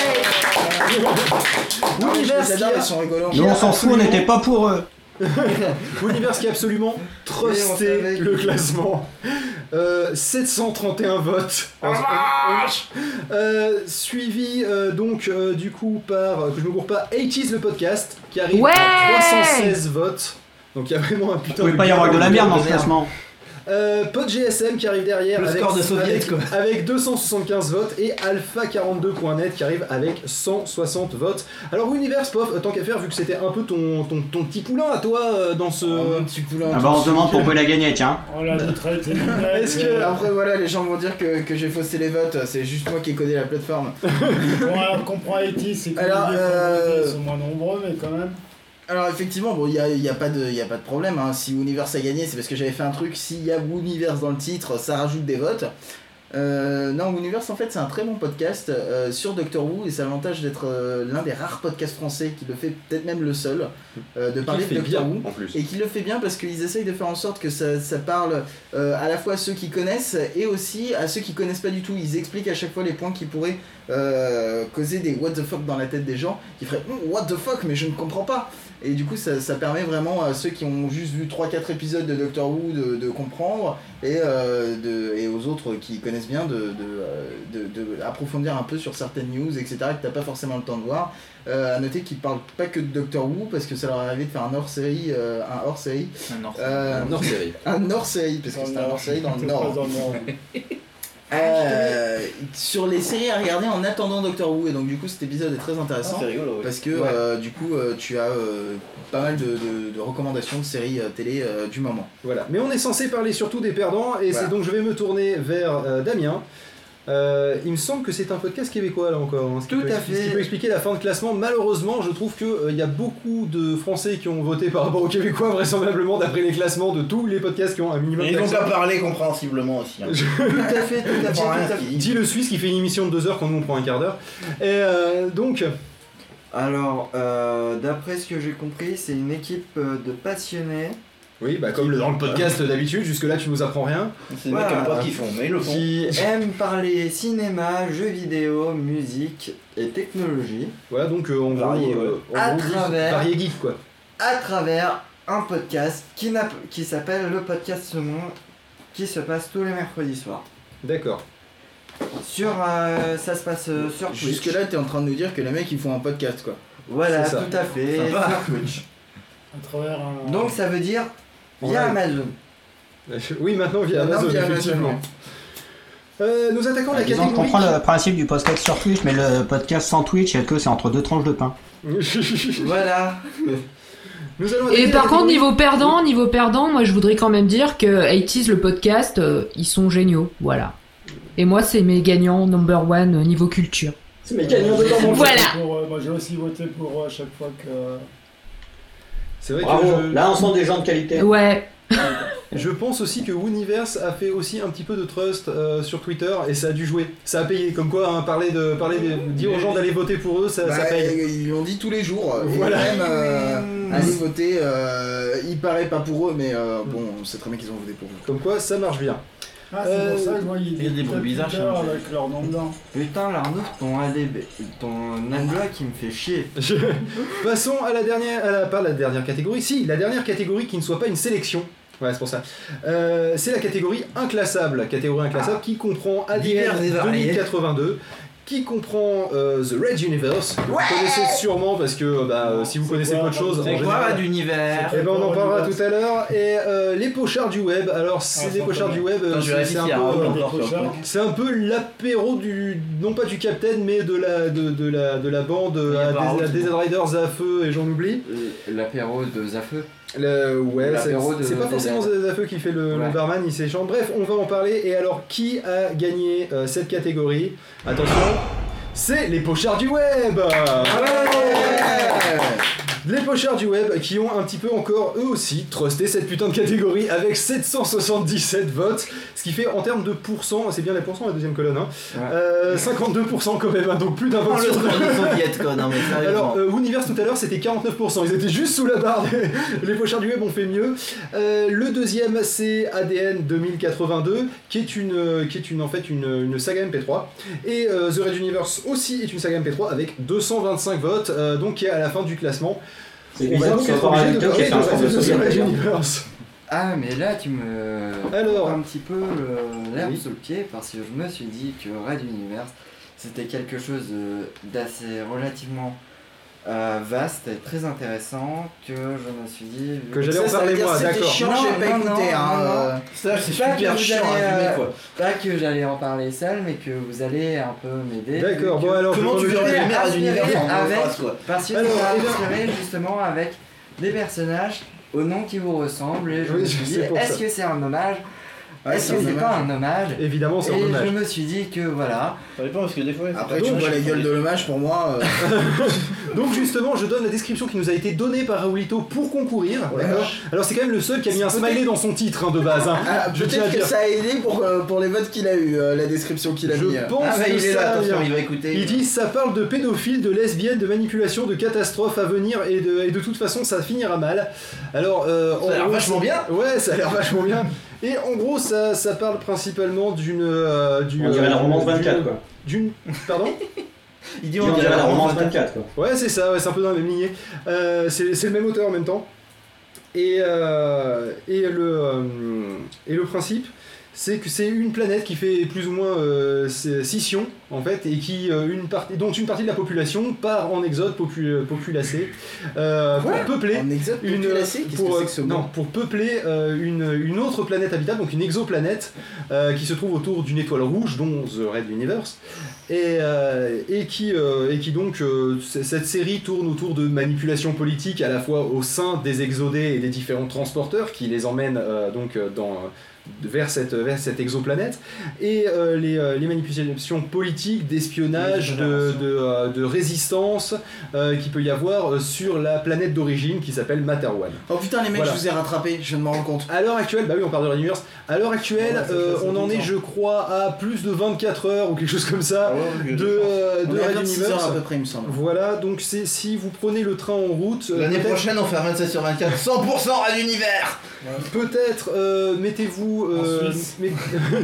Wuniverse Les qui adultes a- sont rigolos. Nous on s'en fout, on n'était pas pour eux. Wuniverse qui a absolument Oui, on trusté savait le que- classement. Euh, sept cent trente et un votes. Euh, suivi euh, donc euh, du coup par, euh, que je me gourre pas, eighties le podcast qui arrive Ouais à trois cent seize votes. Donc il y a vraiment un Il putain pouvait de pas y avoir que de la merde dans ce classement. Euh, PodGSM qui arrive derrière Le avec, score de Soviet, avec, quoi. avec deux cent soixante-quinze votes et Alpha quarante-deux point net qui arrive avec cent soixante votes. Alors Universe, Pof, euh, tant qu'à faire, vu que c'était un peu ton, ton, ton petit poulain à toi euh, dans ce... Oh, mon petit poulain. Ah bah on se demande pourquoi il a gagné, tiens. On l'a dit très très Est-ce que- Après voilà, les gens vont dire que, que j'ai faussé les votes, c'est juste moi qui ai codé la plateforme. On comprend Haïti, c'est que Alors, les euh, Haïti sont moins nombreux, mais quand même. Alors effectivement, bon, il n'y a, y a, pas de- y a pas de problème, hein. Si Universe a gagné, c'est parce que j'avais fait un truc, s'il y a Universe dans le titre, ça rajoute des votes. Euh, non, Universe en fait c'est un très bon podcast euh, sur Doctor Who et c'est l'avantage d'être euh, l'un des rares podcasts français qui le fait, peut-être même le seul, euh, de parler de fait Doctor bien Who. en plus. Et qui le fait bien parce qu'ils essayent de faire en sorte que ça, ça parle euh, à la fois à ceux qui connaissent et aussi à ceux qui connaissent pas du tout. Ils expliquent à chaque fois les points qui pourraient euh, causer des what the fuck dans la tête des gens qui feraient Hm, what the fuck mais je ne comprends pas. Et du coup ça, ça permet vraiment à ceux qui ont juste vu trois quatre épisodes de Doctor Who de, de comprendre et, euh, de, et aux autres qui connaissent bien de, de, euh, de, de approfondir un peu sur certaines news etc que t'as pas forcément le temps de voir. Euh, à noter qu'ils parlent pas que de Doctor Who parce que ça leur est arrivé de faire un hors-série, euh, un hors-série, euh, Un hors-série. un hors-série parce que c'est un hors-série dans le C'est Nord. pas dans le Nord. Euh, sur les séries à regarder en attendant Doctor Who et donc du coup cet épisode est très intéressant rigolo, parce que Ouais. euh, du coup euh, tu as euh, pas mal de, de- de recommandations de séries euh, télé euh, du moment. Voilà. Mais on est censé parler surtout des perdants et Voilà. c'est donc je vais me tourner vers euh, Damien. Euh, il me semble que c'est un podcast québécois là encore. hein, ce qui Tout peut à expli- fait. Ce qui peut expliquer la fin de classement. Malheureusement, je trouve qu'il y a beaucoup de Français qui ont voté par rapport aux Québécois, vraisemblablement d'après les classements de tous les podcasts qui ont un minimum Et ils vont d'accès. pas parler compréhensiblement aussi. hein. Tout à fait, tout à fait, comprends rien tout à à ce fait. qu'ils Dis le Suisse qui fait une émission de deux heures quand nous on prend un quart d'heure. Et euh, donc, Alors, euh, d'après ce que j'ai compris, c'est une équipe euh, de passionnés oui, bah comme le- dans le podcast d'habitude, jusque-là tu nous apprends rien. C'est des mecs qui aiment pas ce qu'ils font, mais ils le font. qui aiment parler cinéma, jeux vidéo, musique et technologie Voilà, donc euh, en Varié, gros, euh, ouais. en À gros, juste travers- varié geek quoi. à travers un podcast qui, n'a- qui s'appelle le podcast Saumon qui se passe tous les mercredis soirs. D'accord. Sur, euh, ça se passe euh, sur Twitch. Jusque là t'es en train de nous dire que les mecs ils font un podcast quoi. Voilà, C'est ça. tout à fait, Sympa. sur Twitch. À travers un. Donc ça veut dire via Ouais. Amazon. Oui, maintenant via Maintenant, Amazon, via Amazon, effectivement. ouais. Euh, nous attaquons la Disons, je catégorie. comprends le principe du podcast sur Twitch, mais le podcast sans Twitch, il y a que c'est entre deux tranches de pain. Voilà. Nous allons Et attaquer par la contre, catégorie- niveau perdant, niveau perdant, moi je voudrais quand même dire que eighties le podcast, euh, ils sont géniaux, voilà. Et moi, c'est mes gagnants number one euh, niveau culture. C'est mes gagnants de Voilà. Moi j'ai aussi voté pour eux à chaque fois que. C'est vrai Bravo, que je... là on sent des gens de qualité. Ouais. je pense aussi que Wooniverse a fait aussi un petit peu de trust euh, sur Twitter et ça a dû jouer. Ça a payé, comme quoi, hein, parler de, parler de, dire aux gens d'aller voter pour eux, ça, Bah, ça paye. ils l'ont dit tous les jours. Et Voilà. même euh, Mmh. aller voter, euh, il paraît pas pour eux, mais euh, bon, on sait très bien qu'ils ont voté pour vous. Comme quoi, ça marche bien. Ah, c'est Euh, pour ça que je vois, il il y a des bruits bizarres chez moi. avec leur nom dedans. Putain, l'Arnaud, ton A D B, ton adblock, il me fait chier. Je- Passons à la dernière, à la, pas la dernière catégorie, si, la dernière catégorie qui ne soit pas une sélection. Ouais, c'est pour ça. Euh, c'est la catégorie inclassable. Catégorie inclassable qui comprend A D N Divers et variés. deux mille quatre-vingt-deux, qui comprend euh, The Red Universe, que vous connaissez sûrement parce que bah, euh, si vous connaissez peu de choses, en C'est quoi général, d'univers? eh ben, on en parlera tout à l'heure. Et euh, les pochards du web. Alors, c'est Ah, les sans pochards du problème. web, euh, Attends, je vais c'est c'est un vérifier, peu. hein, euh, encore sur le Pochards. plan. c'est un peu l'apéro du, non pas du Captain, mais de la, de, de la, de la bande Il y a à pas des, Raoult, à des Riders à feu et j'en oublie. L'apéro de Zafeu. Le, ouais, c'est L'apéro de- c'est pas des forcément dates. Zafeu qui fait le, le Ouais. barman, il s'échange. Bref, on va en parler. Et alors, qui a gagné euh, cette catégorie? Attention, c'est les pochards du web. Les pochards du web qui ont un petit peu encore eux aussi trusté cette putain de catégorie avec sept cent soixante-dix-sept votes, ce qui fait en termes de pourcent, c'est bien les pourcents la deuxième colonne, hein, Ouais. euh, cinquante-deux pour cent quand même, hein, donc plus d'un Oh, vote le sur deux. score des soviets, quoi. Non, mais sérieusement. Alors, euh, Universe tout à l'heure c'était quarante-neuf pour cent, ils étaient juste sous la barre, des- les pochards du web ont fait mieux. Euh, le deuxième c'est A D N deux mille quatre-vingt-deux, qui est, une, euh, qui est une, en fait une, une saga M P trois, et euh, The Red Universe aussi est une saga M P trois avec deux cent vingt-cinq votes, euh, donc qui est à la fin du classement. C'est On va donc être obligé de parler de The Red Universe. Universe. Ah, mais là, tu me. Alors. un petit peu le- l'herbe Oui. sous le pied parce que je me suis dit que Red Universe c'était quelque chose de- d'assez relativement euh, vaste et très intéressant que je me suis dit. Que j'allais Ça, en ça veut parler dire moi, que c'était d'accord. chiant, Non, j'ai pas non, écouté. non, hein, non, non. euh. Ça, c'est Pas que super vous chiant à allez, résumer, euh, quoi. Pas que j'allais en parler seul, mais que vous allez un peu m'aider. D'accord, vu bon que- alors Comment je tu vais veux revenir. résumer Red Universe en une avec- phrase, quoi? Parce que Alors, ça eh m'a ben- inspiré justement avec des personnages au nom qui vous ressemblent et je Oui, me suis dit c'est pour est-ce ça. que c'est un hommage? Ouais, Est-ce c'est que un c'est hommage. pas un hommage? Évidemment c'est un Et hommage. je me suis dit que voilà. Ça dépend parce que des fois. Après, c'est tu pas vois la dommage, gueule de l'hommage pour moi. euh, Donc justement, je donne la description qui nous a été donnée par Raoulito pour concourir. D'accord. Alors c'est quand même le seul qui a mis un C'est smiley dans son titre hein, de base. Hein. Ah, Je tiens à peut-être que dire. ça a aidé pour, euh, pour les votes qu'il a eu, euh, la description qu'il a Je mis. euh. pense Ah, bah, que il est là, ça attention, vient. il va écouter. Il dit ça parle de pédophiles, de lesbiennes, de manipulation, de catastrophes à venir et de, et de toute façon ça finira mal. Alors euh, Ça a l'air en gros, vachement bien. Ouais, ça a l'air vachement bien. Et en gros ça, ça parle principalement d'une euh, du, On dirait la euh, romance vingt-quatre d'une- quoi. D'une pardon. Il dit On on dirait la romance romance vingt-quatre quoi. Ouais, c'est ça, ouais, c'est un peu dans la même lignée. Euh, c'est c'est le même auteur en même temps. Et, euh, et, le, euh, et le principe, c'est que c'est une planète qui fait plus ou moins euh, scission, en fait, et qui, euh, une partie, dont une partie de la population part en exode popu- populacé euh, pour peupler. En exode Une, populacé, qu'est-ce pour, que c'est que ce non, mot pour peupler euh, une, une autre planète habitable, donc une exoplanète euh, qui se trouve autour d'une étoile rouge, dont The Red Universe, et, euh, et, qui, euh, et qui donc, euh, c- cette série tourne autour de manipulations politiques à la fois au sein des exodés et des différents transporteurs qui les emmènent euh, donc euh, dans... vers cette, vers cette exoplanète, et euh, les, euh, les manipulations politiques, d'espionnage, de, de, euh, de résistance euh, qu'il peut y avoir euh, sur la planète d'origine qui s'appelle Materwan. Oh putain, les mecs, Voilà. je vous ai rattrapé, je viens de m'en rendre compte. À l'heure actuelle, bah oui, on parle de Red Universe, à l'heure actuelle, Ouais, ça euh, fait- ça on en fait est, longtemps. je crois, à plus de vingt-quatre heures ou quelque chose comme ça de, euh, On de est à Red vingt-six heures Universe. à peu près, il me semble. Voilà, donc c'est si vous prenez le train en route, euh, L'année peut-être- prochaine, on fait un vingt-sept sur vingt-quatre, cent pour cent à l'univers. Peut-être euh, mettez-vous euh, En Suisse. met-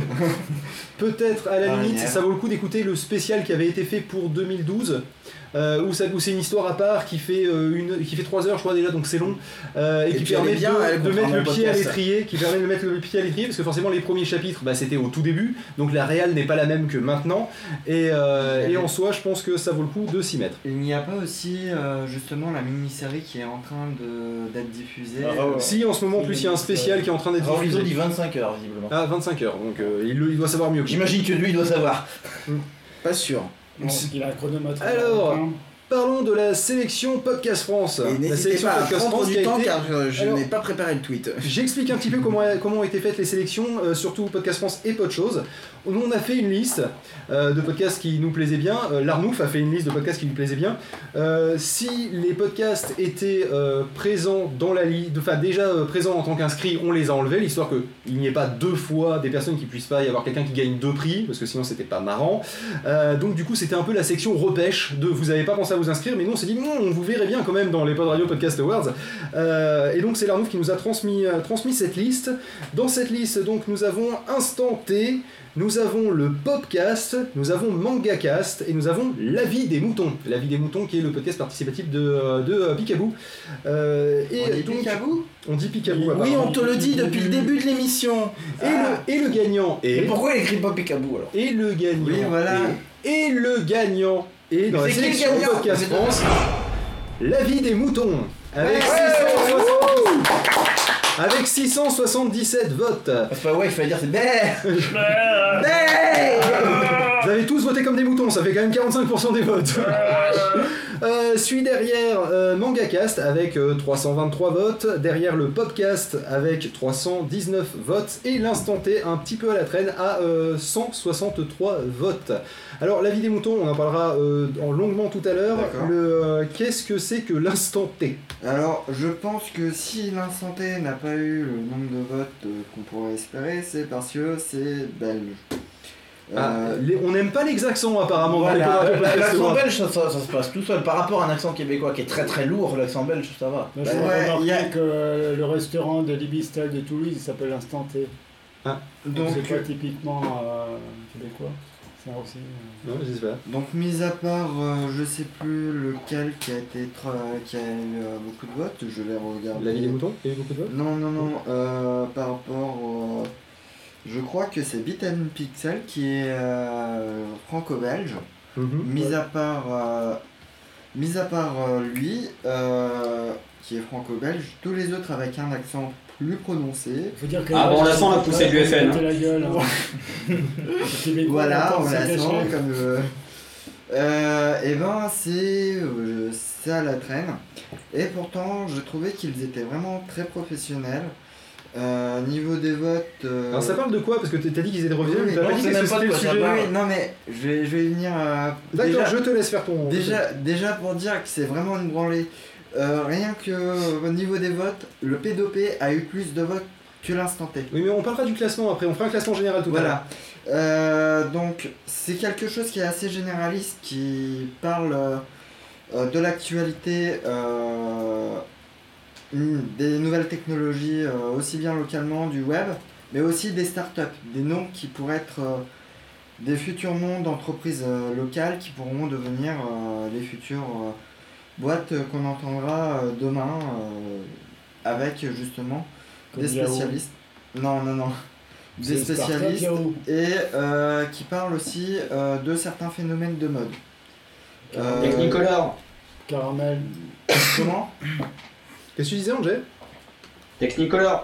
peut-être à la Ah, limite yeah. ça vaut le coup d'écouter le spécial qui avait été fait pour deux mille douze euh, où, ça, où c'est une histoire à part qui fait, euh, une, qui fait trois heures je crois déjà donc c'est long euh, et, Et qui puis elle permet est bien, de, elle, de mettre contrairement le au pied à podcast. l'étrier qui permet de mettre le pied à l'étrier parce que forcément les premiers chapitres bah, c'était au tout début donc la réal n'est pas la même que maintenant et, euh, et en soi je pense que ça vaut le coup de s'y mettre. Il n'y a pas aussi euh, justement la mini-série qui est en train de- d'être diffusée. Ah, ouais. Si en ce moment en plus il y a un spécial qui est en train d'être Raoulito diffusé dit vingt-cinq heures, visiblement. à vingt-cinq heures donc euh, il, le- il doit savoir mieux que moi. J'imagine que lui, il doit savoir. Pas sûr. Bon, il a un chronomètre. Alors, parlons de la sélection Podcast France. Et La n'hésitez sélection pas à Podcast prendre France qui du a temps été- car je, je Alors- n'ai pas préparé le tweet. J'explique un petit peu comment, comment ont été faites les sélections, euh, surtout Podcast France et Pod Chose. Nous, on a fait une liste euh, de podcasts qui nous plaisaient bien. Euh, L'Arnouf a fait une liste de podcasts qui lui plaisaient bien. Euh, si les podcasts étaient euh, présents dans la liste, enfin déjà euh, présents en tant qu'inscrits, on les a enlevés, l'histoire qu'il n'y ait pas deux fois des personnes qui puissent pas y avoir quelqu'un qui gagne deux prix, parce que sinon c'était pas marrant. Euh, donc du coup, c'était un peu la section repêche de vous avez pas pensé à vous inscrire, mais nous on s'est dit non, on vous verrait bien quand même dans les Pod Radio Podcast Awards. Euh, et donc c'est l'Arnouf qui nous a transmis, euh, transmis cette liste. Dans cette liste, donc nous avons Instant T, nous avons le Popcast, nous avons MangaCast et nous avons L'Avis des Moutons. L'Avis des Moutons qui est le podcast participatif de, de euh, Picaboo. Euh, et on dit donc, Picaboo On dit Picaboo. Oui, apparemment. on te le dit depuis le début de l'émission. Et, ah. le, et le gagnant est... Et pourquoi il écrit pas Picaboo alors? Et le gagnant Oui, voilà. est... Et le gagnant est dans la sélection Podcast France, L'Avis des Moutons. Avec ouais, six cent soixante... ouais. Avec six cent soixante-dix-sept votes. C'est pas ouais, il fallait dire c'est bé. Vous avez tous voté comme des moutons, ça fait quand même quarante-cinq pour cent des votes. euh, Suis derrière euh, MangaCast avec euh, trois cent vingt-trois votes, derrière le Popcast avec trois cent dix-neuf votes et l'Instant T un petit peu à la traîne à euh, cent soixante-trois votes. Alors l'Avis des moutons, on en parlera euh, en longuement tout à l'heure. Le euh, qu'est-ce que c'est que l'Instant T? Alors je pense que si l'Instant T n'a pas eu le nombre de votes euh, qu'on pourrait espérer, c'est parce que c'est belge. Ah, Euh, les- on n'aime pas les accents apparemment dans les Voilà, Pod Radio Podcast l'accent Awards. belge ça, ça, ça se passe tout seul. Par rapport à un accent québécois qui est très très lourd, l'accent belge ça va. Moi, je Bah, voudrais ouais, remarquer y a- que le restaurant de Libistal de Toulouse il s'appelle Instant T. Ah. Donc donc, c'est pas typiquement euh, québécois. C'est aussi. euh, Non, je sais pas. donc mis à part, euh, je sais plus lequel qui a été tra- qui a eu euh, beaucoup de votes, je vais regarder. L'Avis des moutons, il y a eu beaucoup de votes. Non, non, non, euh, par rapport au... Je crois que c'est Bit and Pixel qui est euh, franco-belge. Mhm. Mis Ouais. à part, euh, mis à part euh, lui, euh, qui est franco-belge, tous les autres avec un accent plus prononcé. Faut dire que Ah bon, on la sent, la poussée du F N, hein. La gueule, hein. Les Québécois, Voilà, encore, on c'est la caché. sent comme... Euh, euh, et ben c'est euh, ça à la traîne. Et pourtant, je trouvais qu'ils étaient vraiment très professionnels. Euh, niveau des votes... euh, Alors ça parle de quoi? Parce que t'as dit qu'ils étaient révisés, Oui, mais t'as non, pas dit c'est que même c'était pas de le quoi ça sujet. parle. Oui, non mais je vais, je vais y venir. euh, D'accord, déjà, je te laisse faire ton... déjà, déjà pour dire que c'est vraiment une branlée. Euh, rien que euh, au niveau des votes, le P deux P a eu plus de votes que l'Instant T. Oui, mais on parlera du classement après, on fera un classement général tout à l'heure. Voilà. Euh, donc c'est quelque chose qui est assez généraliste, qui parle euh, euh, de l'actualité, euh, mm, des nouvelles technologies, euh, aussi bien localement du web, mais aussi des startups, des noms qui pourraient être euh, des futurs noms d'entreprises euh, locales qui pourront devenir euh, les futures euh, boîtes euh, qu'on entendra euh, demain euh, avec justement Comme des Yahoo. spécialistes. Non, non, non. C'est Des une start-up, spécialistes Yahoo. et euh, qui parlent aussi euh, de certains phénomènes de mode. Euh, Technicolor. Caramel. Comment Qu'est-ce que tu disais, Angèle? Technicolor.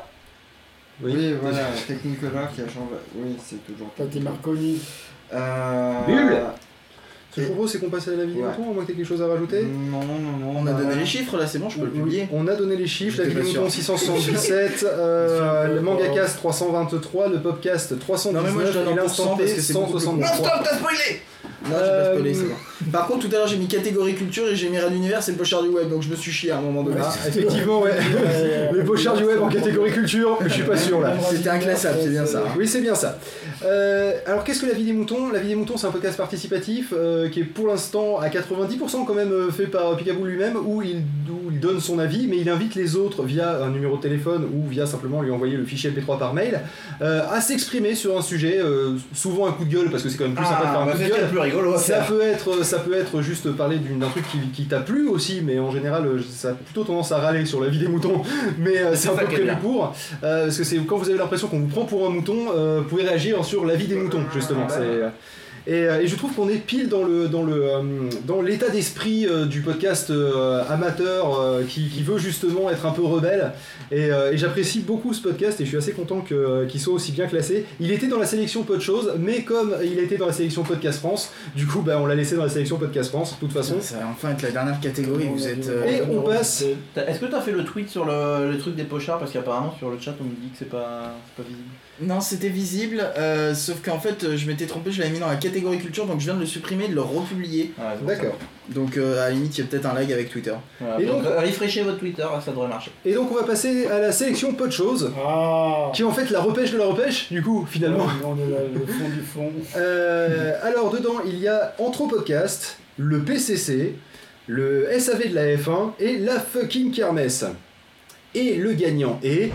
Oui, voilà, Technicolor qui a changé. Oui, c'est toujours. Pâté Marconi. Euh, Bulle. Ce que je propose, c'est qu'on passe à la vidéo, Ouais. à moins que tu aies quelque chose à rajouter. Non, non, non. On a bah, donné les chiffres là, c'est bon, je peux le Oui, publier. on a donné les chiffres, la J'étais vidéo pas mouton sûr. six cent soixante-dix-sept, euh, Bien sûr, le pas- MangaCast trois cent vingt-trois, le Popcast trois cent Non, mais moi, je dix-neuf donne et en l'Instant pourcent T parce que c'est beaucoup plus cent gros. soixante-trois. Non, stop, t'as spoilé. Non, j'ai pas Euh, spoilé, c'est bon. Par contre, tout à l'heure, j'ai mis catégorie culture et j'ai mis Rad Univers, c'est le pochard du web, donc je me suis chié à un moment donné. Ah, effectivement, ouais. Les pochards du web en catégorie culture, mais je suis pas sûr là. C'était inclassable, c'est bien ça. Oui, c'est bien ça. Euh, alors, qu'est-ce que La Vie des Moutons? La Vie des Moutons, c'est un podcast participatif euh, qui est pour l'instant à quatre-vingt-dix pour cent quand même euh, fait par Picaboo lui-même, où il, où il donne son avis, mais il invite les autres via un numéro de téléphone ou via simplement lui envoyer le fichier M P trois par mail euh, à s'exprimer sur un sujet, euh, souvent un coup de gueule parce que c'est quand même plus sympa de faire un bah, coup c'est de ce qu'il y a gueule. de plus rigolo à Ça faire. peut être, ça peut être juste parler d'une- d'un truc qui, qui t'a plu aussi, mais en général, euh, ça a plutôt tendance à râler sur La Vie des moutons. Mais euh, c'est C'est un ça peu qui est prévu bien. pour, euh, parce que c'est quand vous avez l'impression qu'on vous prend pour un mouton, euh, vous pouvez réagir sur La Vie des moutons justement. C'est, euh, et, euh, et je trouve qu'on est pile dans le dans le euh, dans l'état d'esprit euh, du podcast euh, amateur euh, qui, qui veut justement être un peu rebelle. Et, euh, et j'apprécie beaucoup ce podcast et je suis assez content que, qu'il soit aussi bien classé. Il était dans la sélection Pod Chose, mais comme il était dans la sélection Podcast France, du coup bah, on l'a laissé dans la sélection Podcast France, de toute façon. Ça va enfin être la dernière catégorie, vous êtes. euh, Et on passe- T'as- Est-ce que t'as fait le tweet sur le, le truc des pochards? Parce qu'apparemment sur le chat on me dit que c'est pas, c'est pas visible. Non, c'était visible, euh, sauf qu'en fait, euh, je m'étais trompé, je l'avais mis dans la catégorie culture, donc je viens de le supprimer, de le republier. Ouais, c'est pour ça. D'accord. Donc euh, à la limite, il y a peut-être un lag avec Twitter. Voilà, Et donc, donc- euh, refreshez votre Twitter, là, ça devrait marcher. Et donc on va passer à la sélection Pod Chose, Ah. qui est en fait la repêche de la repêche, du coup, finalement. Ouais, on est là, le fond du fond. Euh, alors dedans il y a Anthro Podcast, le P C C, le S A V de la F un et la fucking kermesse. Et le gagnant est...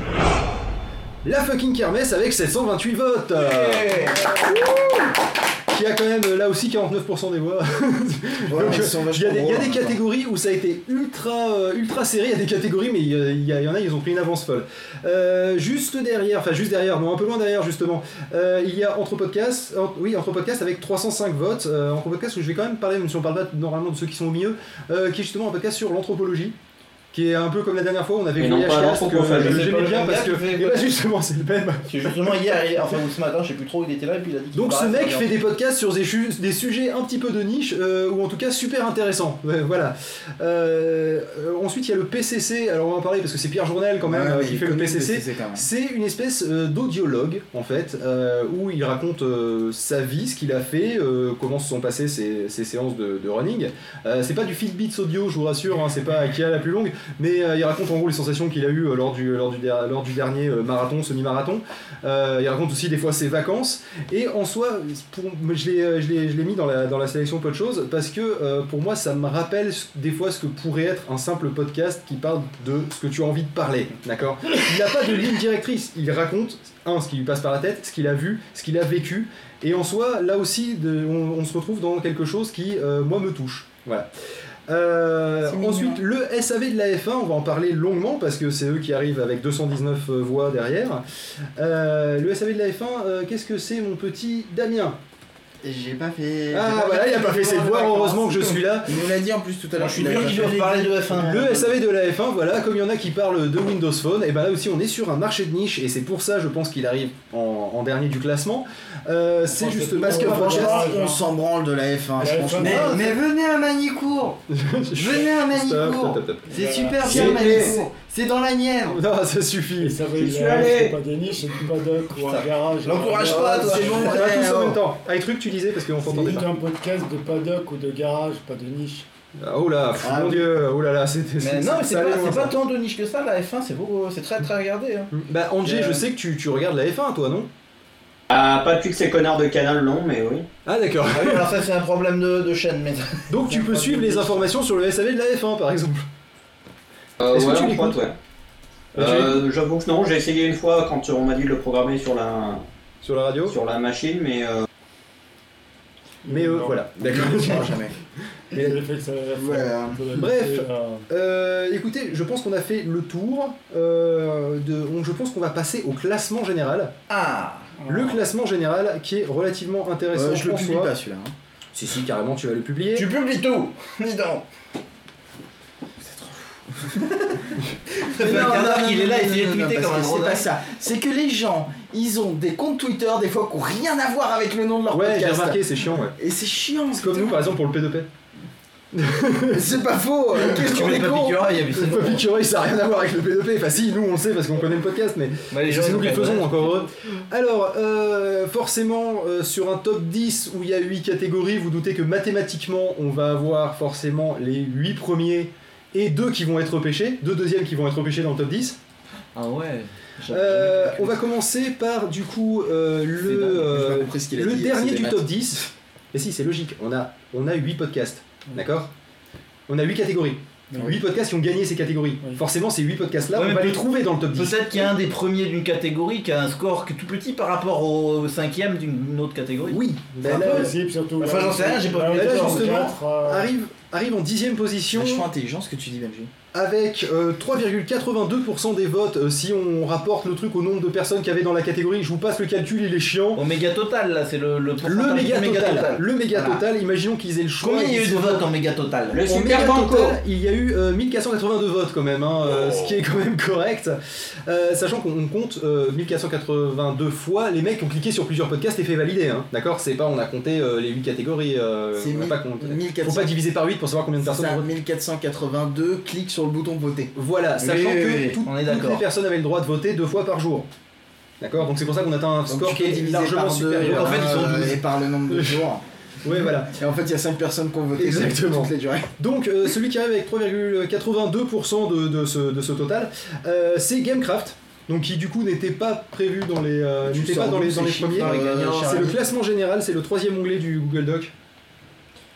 la fucking kermesse avec sept cent vingt-huit votes. Yeah. Qui a quand même là aussi quarante-neuf pour cent des voix. Ouais, donc, il y a des, y a des hein, catégories où ça a été ultra, euh, ultra serré, il y a des catégories mais il y, y, y en a ils ont pris une avance folle. Euh, juste derrière, enfin juste derrière, non un peu loin derrière justement, euh, il y a Entre Podcasts, en, oui Entre Podcasts avec trois cent cinq votes, euh, Entre Podcasts où je vais quand même parler, même si on parle pas normalement de ceux qui sont au milieu, euh, qui est justement un podcast sur l'anthropologie. Qui est un peu comme la dernière fois, on avait Voyage Cast, que j'aimais bien parce que. Et bah justement, c'est le même. Parce que justement, hier, enfin, ou ce matin, je sais plus trop où il était là, et puis il a dit qu'il donc ce mec fait des podcasts sur des, chu- des sujets un petit peu de niche, euh, ou en tout cas super intéressants. Ouais, voilà. Euh, euh, ensuite, il y a le P C C, alors on va en parler parce que c'est Pierre Journel quand même ouais, qui fait le P C C. P C C c'est une espèce euh, d'audiologue en fait, euh, où il raconte euh, sa vie, ce qu'il a fait, euh, comment se sont passées ses, ses séances de, de running. Euh, c'est pas du Fitbits audio, je vous rassure, hein, c'est pas qui a la plus longue. Mais euh, il raconte en gros les sensations qu'il a eues euh, lors, du, lors, du, lors du dernier euh, marathon, semi-marathon. Euh, il raconte aussi des fois ses vacances. Et en soi, pour, je, l'ai, je, l'ai, je l'ai mis dans la, dans la sélection peu de choses parce que euh, pour moi ça me rappelle des fois ce que pourrait être un simple podcast qui parle de ce que tu as envie de parler. D'accord ? Il n'a pas de ligne directrice. Il raconte, un, ce qui lui passe par la tête, ce qu'il a vu, ce qu'il a vécu. Et en soi, là aussi, de, on, on se retrouve dans quelque chose qui, euh, moi, me touche. Voilà. Euh, ensuite, le S A V de la F un, on va en parler longuement parce que c'est eux qui arrivent avec deux cent dix-neuf voix derrière. Euh, le S A V de la F un, euh, qu'est-ce que c'est, mon petit Damien ? J'ai pas fait. Ah, bah voilà, il a pas fait ses devoirs, heureusement que je suis là. Il nous l'a dit en plus tout à l'heure. Je suis sûr qu'il doit parler de F un. Le S A V de la F un, voilà, comme il y en a qui parlent de Windows Phone, et ben là aussi on est sur un marché de niche, et c'est pour ça, je pense qu'il arrive en, en dernier du classement. Euh, c'est juste parce que franchement, on s'en branle de la F un, je pense. Mais, mais venez à Manicourt. Venez à Manicourt. C'est super bien Manicourt. C'est dans la Nièvre. Non, ça suffit. Ça veut dire c'est pas des niches, c'est du paddock ou un garage. L'encourage pas, toi. C'est bon, on va tous en même temps. Ah, truc, tu disais parce qu'on t'entendait pas. C'est un podcast de paddock ou de garage, pas de niche. Ah, oh là, ah, mon oui. Dieu, oh là là, c'était. Mais non, mais c'est, pas, c'est pas tant de niche que ça, la F un, c'est, beau, c'est très très regardé. Hein. Bah, Angé, euh... je sais que tu, tu regardes la F un, toi, non ? Ah, pas depuis que ces connards de Canal non, mais oui. Ah, d'accord. Ah, oui, alors ça, c'est un problème de, de chaîne. Mais... Donc, tu peux suivre les informations sur le S A V de la F un, par exemple. Euh, Est-ce ouais, que tu l'écoutes ouais. Euh, j'avoue que non, j'ai essayé une fois quand on m'a dit de le programmer sur la sur la radio, sur la machine, mais euh... mais euh, voilà, d'accord. Non, jamais. Mais... voilà. Bref, euh, écoutez, je pense qu'on a fait le tour. Euh, de, on, je pense qu'on va passer au classement général. Ah. Le classement général qui est relativement intéressant. Euh, je le publie pas celui-là. Hein. Si si, carrément, tu vas le publier. Tu publies tout. Dis donc. Mais non, non, non, il est là, il est tweeté comme un c'est pas ça. C'est que les gens, ils ont des comptes Twitter des fois qui n'ont rien à voir avec le nom de leur ouais, podcast. Ouais, j'ai remarqué, c'est chiant. Ouais. Et c'est chiant. C'est comme nous, par exemple, pour le P deux P. C'est pas faux. Qu'est-ce qu'on est con. Papy Cureil, ça n'a rien à voir avec le P deux P. Enfin, si, nous on le sait parce qu'on connaît le podcast, mais ouais, les gens c'est nous qui le faisons, encore heureux. Alors, euh, forcément, euh, sur un top dix où il y a huit catégories, vous doutez que mathématiquement, on va avoir forcément les huit premiers et deux qui vont être repêchés, deux deuxièmes qui vont être repêchés dans le top dix. Ah ouais. Euh, on va commencer par du coup euh, le, euh, le dit, dernier du top dix. Et si, c'est logique, on a, on a huit podcasts, mmh. d'accord ? On a huit catégories. Oui. huit podcasts qui ont gagné ces catégories. Oui. Forcément, ces huit podcasts-là, ouais, on va les trouver dans le top dix. Peut-être qu'il y a un des premiers d'une catégorie qui a un score tout petit par rapport au cinquième d'une autre catégorie. Oui, ben là, possible, surtout. Enfin, j'en sais rien, j'ai pas vu. Là, justement, quatre, euh... arrive, arrive en dixième position. Vachement intelligent ce que tu dis, Benji. Avec euh, trois virgule quatre-vingt-deux pour cent des votes, euh, si on rapporte le truc au nombre de personnes qu'il y avait dans la catégorie, je vous passe le calcul, il est chiant. Au méga total, là, c'est le le le méga total. total. Le méga voilà. total, imaginons qu'ils aient le choix. Combien il y a eu de votes en méga total? Le en super méga banco. total, il y a eu euh, mille quatre cent quatre-vingt-deux votes quand même, hein, euh, oh. ce qui est quand même correct. Euh, sachant qu'on compte euh, mille quatre cent quatre-vingt-deux fois les mecs qui ont cliqué sur plusieurs podcasts et fait valider, hein, d'accord? C'est pas, on a compté euh, les huit catégories. Euh, c'est on mille, pas compté. mille quatre cents... Faut pas diviser par huit pour savoir combien de personnes. Ça, mille quatre cent quatre-vingt-deux cliquent sur le bouton voter. Voilà, sachant oui, que oui, oui, tout, on est toutes les personnes avaient le droit de voter deux fois par jour. D'accord, donc c'est pour ça qu'on atteint un score qui est largement supérieur. En fait, ils sont douze. Et par le nombre de jours. Ouais, voilà. Et en fait, il y a cinq personnes qui ont voté. Exactement. Toutes les durées. Donc, euh, celui qui arrive avec trois virgule quatre-vingt-deux pour cent de, de, ce, de ce total, euh, c'est Gamecraft. Donc, qui du coup n'était pas prévu dans les, euh, n'était pas dans les, dans les premiers. Euh, c'est le classement général, c'est le troisième onglet du Google Doc.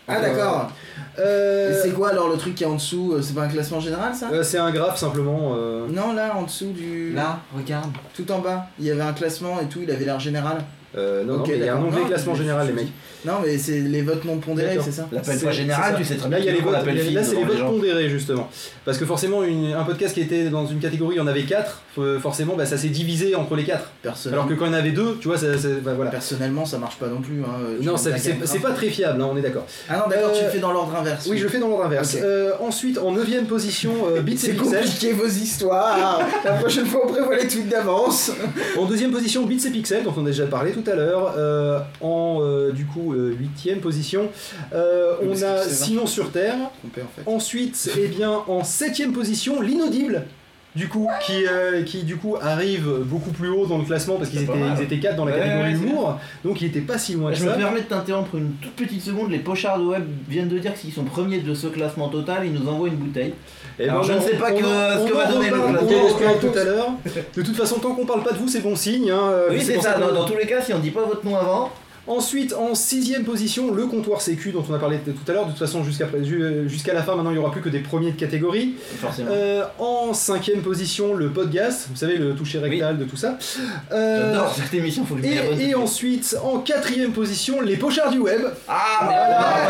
Ah d'accord. Euh, Et c'est quoi alors le truc qui est en dessous? C'est pas un classement général ça? euh, c'est un graphe simplement. euh, Non, là en dessous du. Là, regarde. Tout en bas, il y avait un classement et tout, il avait l'air général. euh, non, Ok, non, mais il y a un d'accord. onglet Non, classement je- général, je- les mecs. Non, mais c'est les votes non pondérés, D'accord. c'est ça? L'appelle C'est- pas général, c'est tu ça. sais très Là, bien il y a les qu'on votes, appelle là, feed c'est les devant votes les gens. pondérés justement. Parce que forcément, une- un podcast qui était dans une catégorie, il y en avait quatre. Forcément, bah, ça s'est divisé entre les quatre. Personnellement, Alors que quand il y en avait deux, tu vois, ça, ça- bah, voilà. personnellement ça marche pas non plus. Hein. Tu Non, mets c'est ta c'est- gamme c'est grave. pas très fiable, hein, on est d'accord. Ah non, d'accord, Euh, tu le fais dans l'ordre inverse. Oui, je le fais dans l'ordre inverse. Ok. Euh, ensuite, en neuvième position, euh, Bits et C'est Pixels. compliqué vos histoires. La prochaine fois on prévoit les tweets d'avance. En deuxième position, Bits et Pixels, dont on a déjà parlé tout à l'heure. Euh, en euh, du coup euh, huitième position, euh, Oui, on parce a que c'est Sinon sur Terre. Trompé en fait. Ensuite, eh bien, en septième position, l'inaudible. Du coup, qui, euh, qui du coup arrive beaucoup plus haut dans le classement parce qu'ils C'est étaient, pas mal. ils étaient quatre dans la Ouais, catégorie ouais, c'est humour, donc ils étaient pas si loin que Je me ça. permets de t'interrompre une toute petite seconde. Les pochards de web viennent de dire que s'ils sont premiers de ce classement total, ils nous envoient une bouteille. Et Alors, je ne sais pas que- ce que en va donner le reparle- classement. on en reparle tout à l'heure. De toute façon, tant qu'on parle pas de vous, c'est bon signe. Hein. Oui, c'est pour ça. que- Dans, dans tous les cas, si on dit pas votre nom avant, Ensuite, en sixième position, le comptoir sécu dont on a parlé tout à l'heure. De toute façon, jusqu'à ju- jusqu'à la fin, maintenant, il n'y aura plus que des premiers de catégorie. forcément. Euh, en cinquième position, le podcast. Vous savez, le toucher rectal de tout ça. Euh, J'adore cette émission, faut que je et, m'y abonne. et ensuite, en quatrième position, les pochards du web. Ah, mais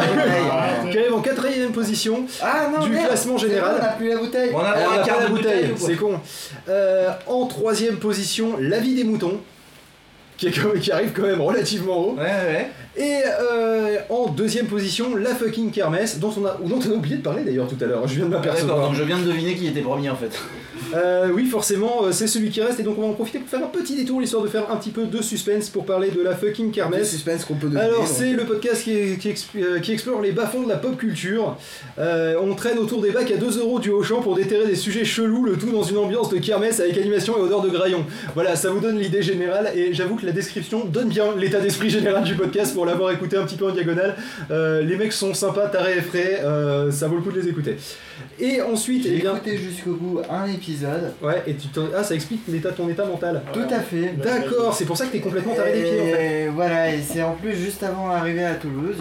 Voilà. Qui arrive en quatrième position Ah non, du merde, classement c'est général. bon, on a plus la bouteille. on a Alors, droit on à a un quart pas la de bouteille, bouteille ou quoi c'est con. Euh, en troisième position, la vie des moutons. Qui, est quand même- qui arrive quand même relativement haut. Ouais, ouais. Et euh, en deuxième position, la fucking kermesse, dont on a, dont on a oublié de parler d'ailleurs tout à l'heure, je viens de D'accord, m'apercevoir. donc je viens de deviner qui était premier en fait. Euh, oui, forcément, euh, c'est celui qui reste, et donc on va en profiter pour faire un petit détour, histoire de faire un petit peu de suspense pour parler de la fucking Le kermesse. suspense qu'on peut donner. Alors, donc. c'est le podcast qui, est- qui, exp- euh, qui explore les bas-fonds de la pop culture. Euh, on traîne autour des bacs à deux euros du Auchan pour déterrer des sujets chelous, le tout dans une ambiance de kermesse avec animation et odeur de graillon. Voilà, ça vous donne l'idée générale, et j'avoue que la description donne bien l'état d'esprit général du podcast pour l'avoir écouté un petit peu en diagonale. Euh, les mecs sont sympas, tarés et frais, euh, ça vaut le coup de les écouter. Et ensuite, J'ai eh bien. écouté jusqu'au bout un épisode. Ouais, et tu t'en- ah, ça explique l'état, ton état mental. Tout à fait. D'accord, c'est pour ça que t'es complètement taré des pieds en fait. Et voilà, et c'est en plus juste avant d'arriver à Toulouse.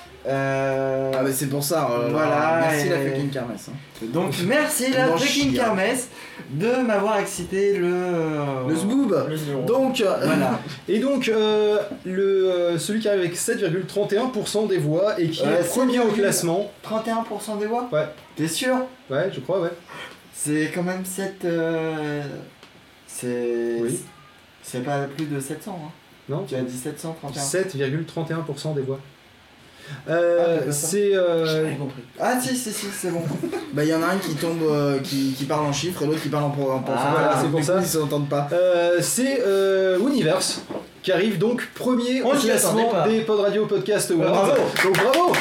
Euh, Ah bah c'est pour ça. euh, Voilà, Merci et- la fucking kermesse. hein. Donc merci la Mon freaking chien. kermesse de m'avoir excité le... Le zboob. Le numéro. Donc, euh, Voilà. Et donc, euh, le, euh, celui qui arrive avec sept virgule trente et un pour cent des voix et qui Ouais, est premier au sept virgule classement. trente et un pour cent des voix. Ouais. T'es sûr? Ouais, je crois, ouais. C'est quand même sept... euh, C'est... Oui. C'est pas plus de sept cents, hein. Non Tu as dit sept cent trente et un. sept virgule trente et un pour cent des voix. Ah, Euh, c'est pas ça. c'est. euh, J'ai compris. Ah si, si, si, c'est bon. bah il y en a un qui tombe, euh, qui, qui parle en chiffres et l'autre qui parle en pro- en pourcentage. Ah, voilà, c'est Du pour coup, ça. Ils s'entendent pas. euh, c'est euh, Universe qui arrive donc premier On au s'y classement attendait pas. des Pod Radio Podcast Awards. bravo. Donc bravo.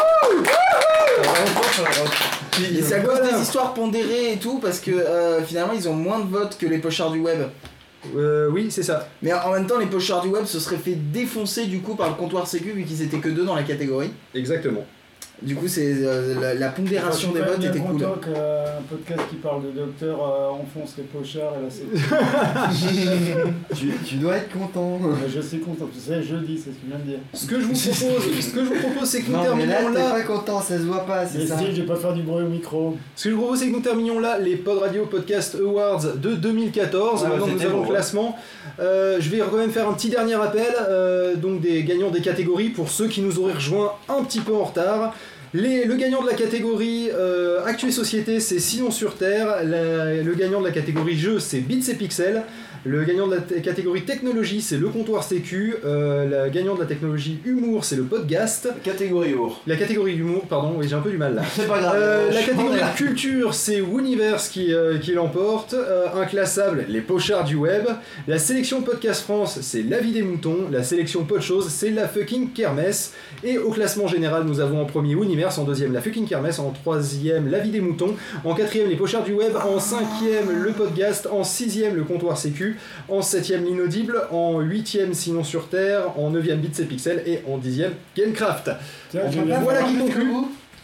Et c'est à cause Voilà. des histoires pondérées et tout, parce que euh, finalement ils ont moins de votes que les pochards du web. Euh, oui, c'est ça. Mais en même temps, les pochards du web se seraient fait défoncer du coup par le comptoir sécu vu qu'ils étaient que deux dans la catégorie. Exactement. Du coup, c'est euh, la, la pondération des votes était cool. content qu'un podcast qui parle de docteur euh, enfonce les pochards et là c'est. tu, tu dois être content. Mais je suis content, tu sais, jeudi, c'est ce qu'il vient de dire. Ce que je vous propose, ce que je vous propose, c'est que nous Non mais là terminons t'es là. pas content, ça se voit pas, c'est Mais ça. si, je vais pas faire du bruit au micro. Ce que je vous propose, c'est que nous terminions là les Pod Radio Podcast Awards de deux mille quatorze. Ah, Maintenant, c'était nous avons beau, le ouais. classement. Euh, je vais quand même faire un petit dernier appel, euh, donc des gagnants des catégories pour ceux qui nous auraient rejoints un petit peu en retard. Les, le gagnant de la catégorie euh, Actu et Société, c'est Sinon sur Terre. La- le gagnant de la catégorie Jeux, c'est Bits et Pixels. Le gagnant de la t- catégorie Technologie, c'est le Comptoir Sécu. Euh, la gagnant de la technologie Humour, c'est le Podcast. Catégorie ours. La catégorie Humour, pardon, oui, j'ai un peu du mal là. C'est pas grave. Euh, je la suis catégorie là. culture, c'est Universe qui, euh, qui l'emporte. Euh, inclassable, les pochards du web. La sélection Podcast France, c'est La Vie des Moutons. La sélection Podchose, c'est la fucking Kermesse. Et au classement général, nous avons en premier Universe, en deuxième la fucking Kermesse, en troisième La Vie des Moutons, en quatrième les pochards du web, en cinquième le podcast, en sixième le comptoir sécu, en septième l'inaudible, en huitième Sinon sur Terre, en neuvième Bits et Pixels et en dixième Gamecraft. Tiens, On je peut vais pas Voilà faire- qui conclut.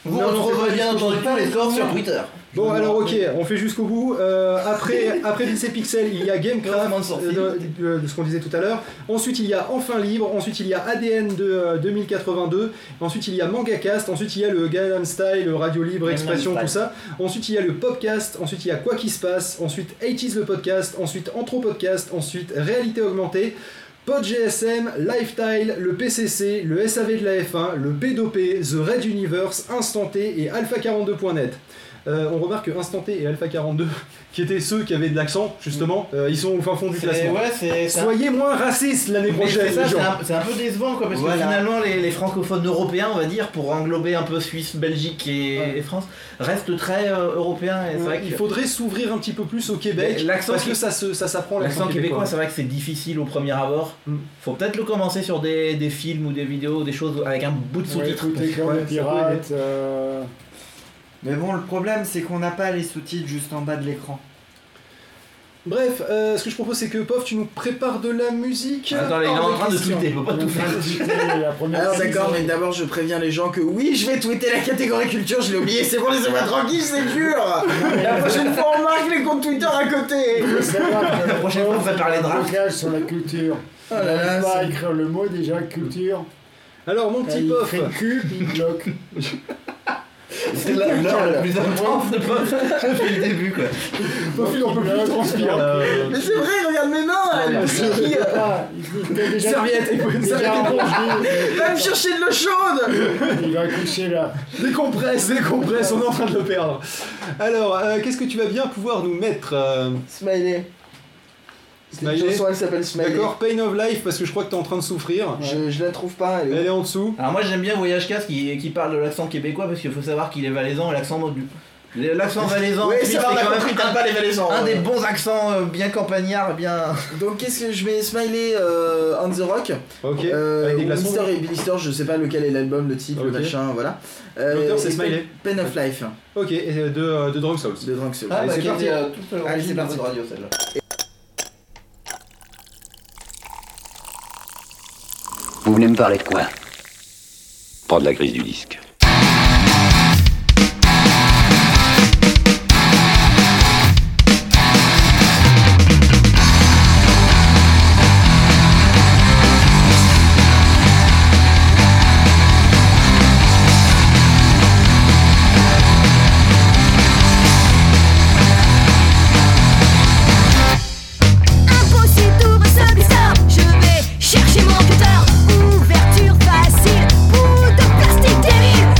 Vous Non, on fait retrouverez pas bien jusqu'au entendu bout. tous les scores sur Twitter. Bon alors ok, on fait jusqu'au bout. Euh, après après Lycée Pixel, il y a Gamecraft, euh, de, de- de ce qu'on disait tout à l'heure. Ensuite il y a Enfin Libre. Ensuite il y a A D N de euh, deux mille quatre-vingt-deux. Ensuite il y a MangaCast. Ensuite il y a le Gangnam Style, le Radio Libre, Expression, Style. tout ça. Ensuite il y a le Popcast. Ensuite il y a Quoi qui se passe. Ensuite eighties le podcast. Ensuite Anthro-Podcast. Ensuite Réalité augmentée. PodGSM, Lifestyle, le P C C, le S A V de la F un, le P deux P, The Red Universe, Instant T et Alpha quarante-deux point net. Euh, on remarque que Instant T et Alpha quarante-deux, qui étaient ceux qui avaient de l'accent, justement, euh, ils sont au fin fond du C'est- classement. ouais, c'est- c'est un- Soyez moins racistes l'année Mais prochaine, c'est ça, les gens. c'est un, c'est un peu décevant quoi, parce Voilà. que finalement les, les francophones européens, on va dire, pour englober un peu Suisse, Belgique et, Ouais. et France, restent très euh, européens. Et c'est vrai Il que faudrait s'ouvrir un petit peu plus au Québec, Mais l'accent parce que qui- ça, se, ça s'apprend l'accent québécois, c'est vrai que c'est difficile au premier abord. Mm. Faut peut-être le commencer sur des, des films ou des vidéos, des choses avec un bout de Ouais, sous-titres. écoutez comme Ouais, les ça peut pirates. euh, Mais bon, le problème, c'est qu'on n'a pas les sous-titres juste en bas de l'écran. Bref, euh, ce que je propose, c'est que Pof, tu nous prépares de la musique. Attends, il est en train de question. tweeter, il peut pas tout faire. La première Alors saison. d'accord, mais d'abord je préviens les gens que oui, je vais tweeter la catégorie culture, je l'ai oublié, c'est bon, laissez-moi tranquille, c'est dur. La prochaine fois on marque les comptes Twitter à côté. La prochaine fois, on va parler de rap. blocage sur la culture. Oh là là, On va c'est- écrire le mot déjà, culture. Alors, mon petit Il Pof, fait le cul, puis il bloque. C'est la- l'heure la plus intense de Pof depuis le début quoi. Pof, il en peut plus, il transpire. Euh, Mais c'est vrai, regarde mes mains, Ouais, là, c'est- Qui, euh, Ah, il fait déjà. Serviette, il faut une déjà serviette éponge. enrongé. Va me chercher de l'eau chaude. Il va coucher là. Décompresse, décompresse, on est en train de le perdre. Alors, euh, qu'est-ce que tu vas bien pouvoir nous mettre euh, Smiley. Cette Smiley. chanson elle s'appelle Smiley. D'accord, Pain of Life, parce que je crois que t'es en train de souffrir. Je, je la trouve pas, elle est Elle est en dessous. Alors moi j'aime bien Voyage Casse qui, qui parle de l'accent québécois parce qu'il faut savoir qu'il est valaisan et l'accent du... L'accent valaisan, Oui, c'est c'est vrai, on a quand même compris, t'aimes pas les valaisans. un des bons accents euh, bien campagnards, bien... Donc qu'est-ce que je mets Smiley euh, on the Rock Ok, euh, avec des ou glaçons. Mister et Billy Store, je sais pas lequel est l'album, le titre, le Ok. machin, voilà. Euh, L'auteur, c'est et Smiley. Pen of Life Ok, et de, euh, de Drunk Souls. de Drunk Souls. Ah Allez, bah c'est qui parti. était euh, toute seule Allez, c'est parti. de radio celle-là. Vous venez me parler de quoi? Pas de la crise du disque. Impossible d'ouvrir ce blister, je vais chercher mon cutter. Ouverture facile, bout de plastique terrible.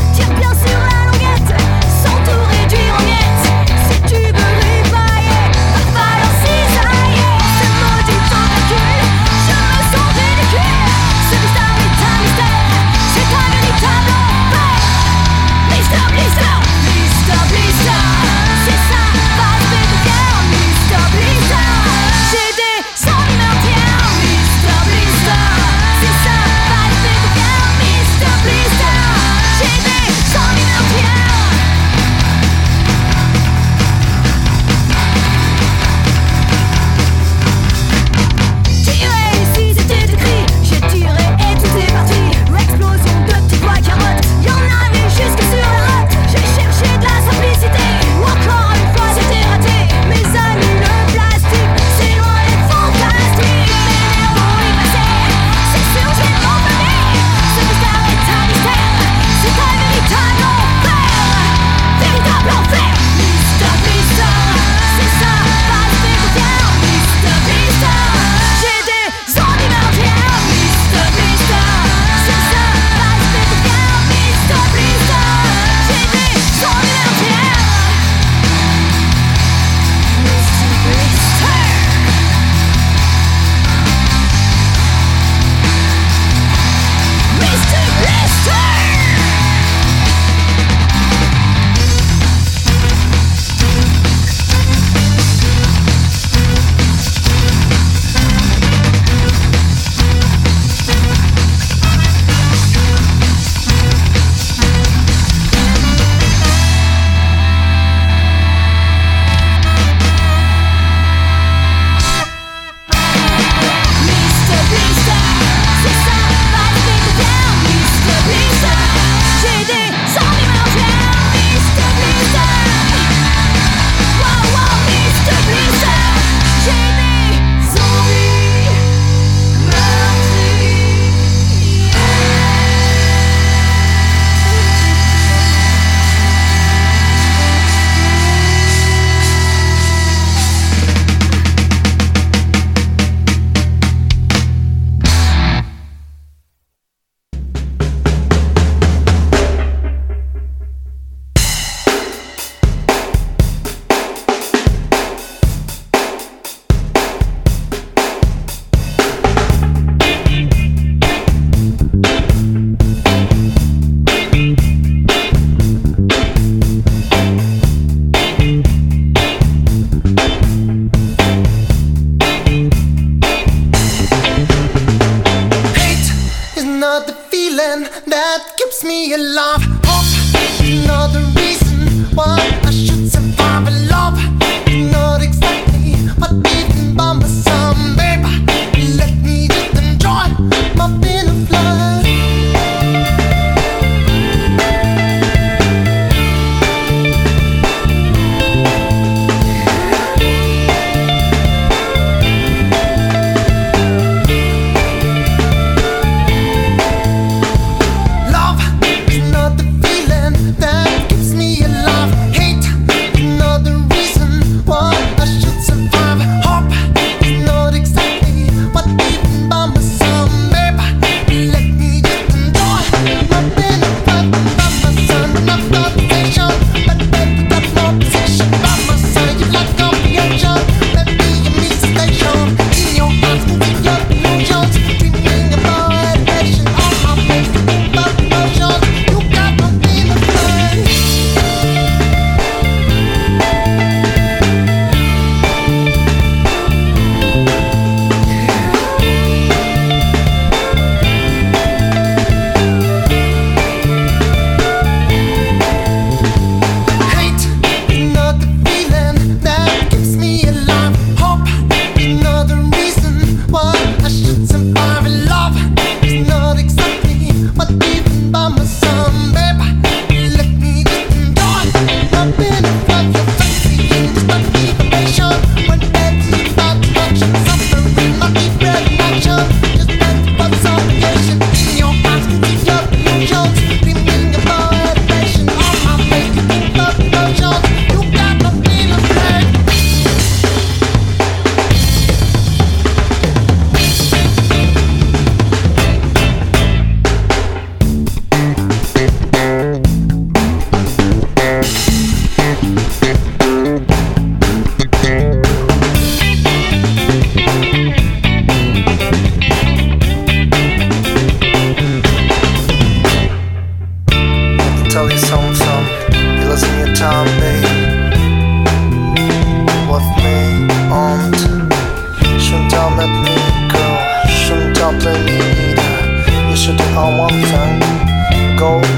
not the feeling that keeps me alive. Hope is not the reason why I should survive. Love is not exactly what even by my side, baby. Let me just enjoy my inner flood. Go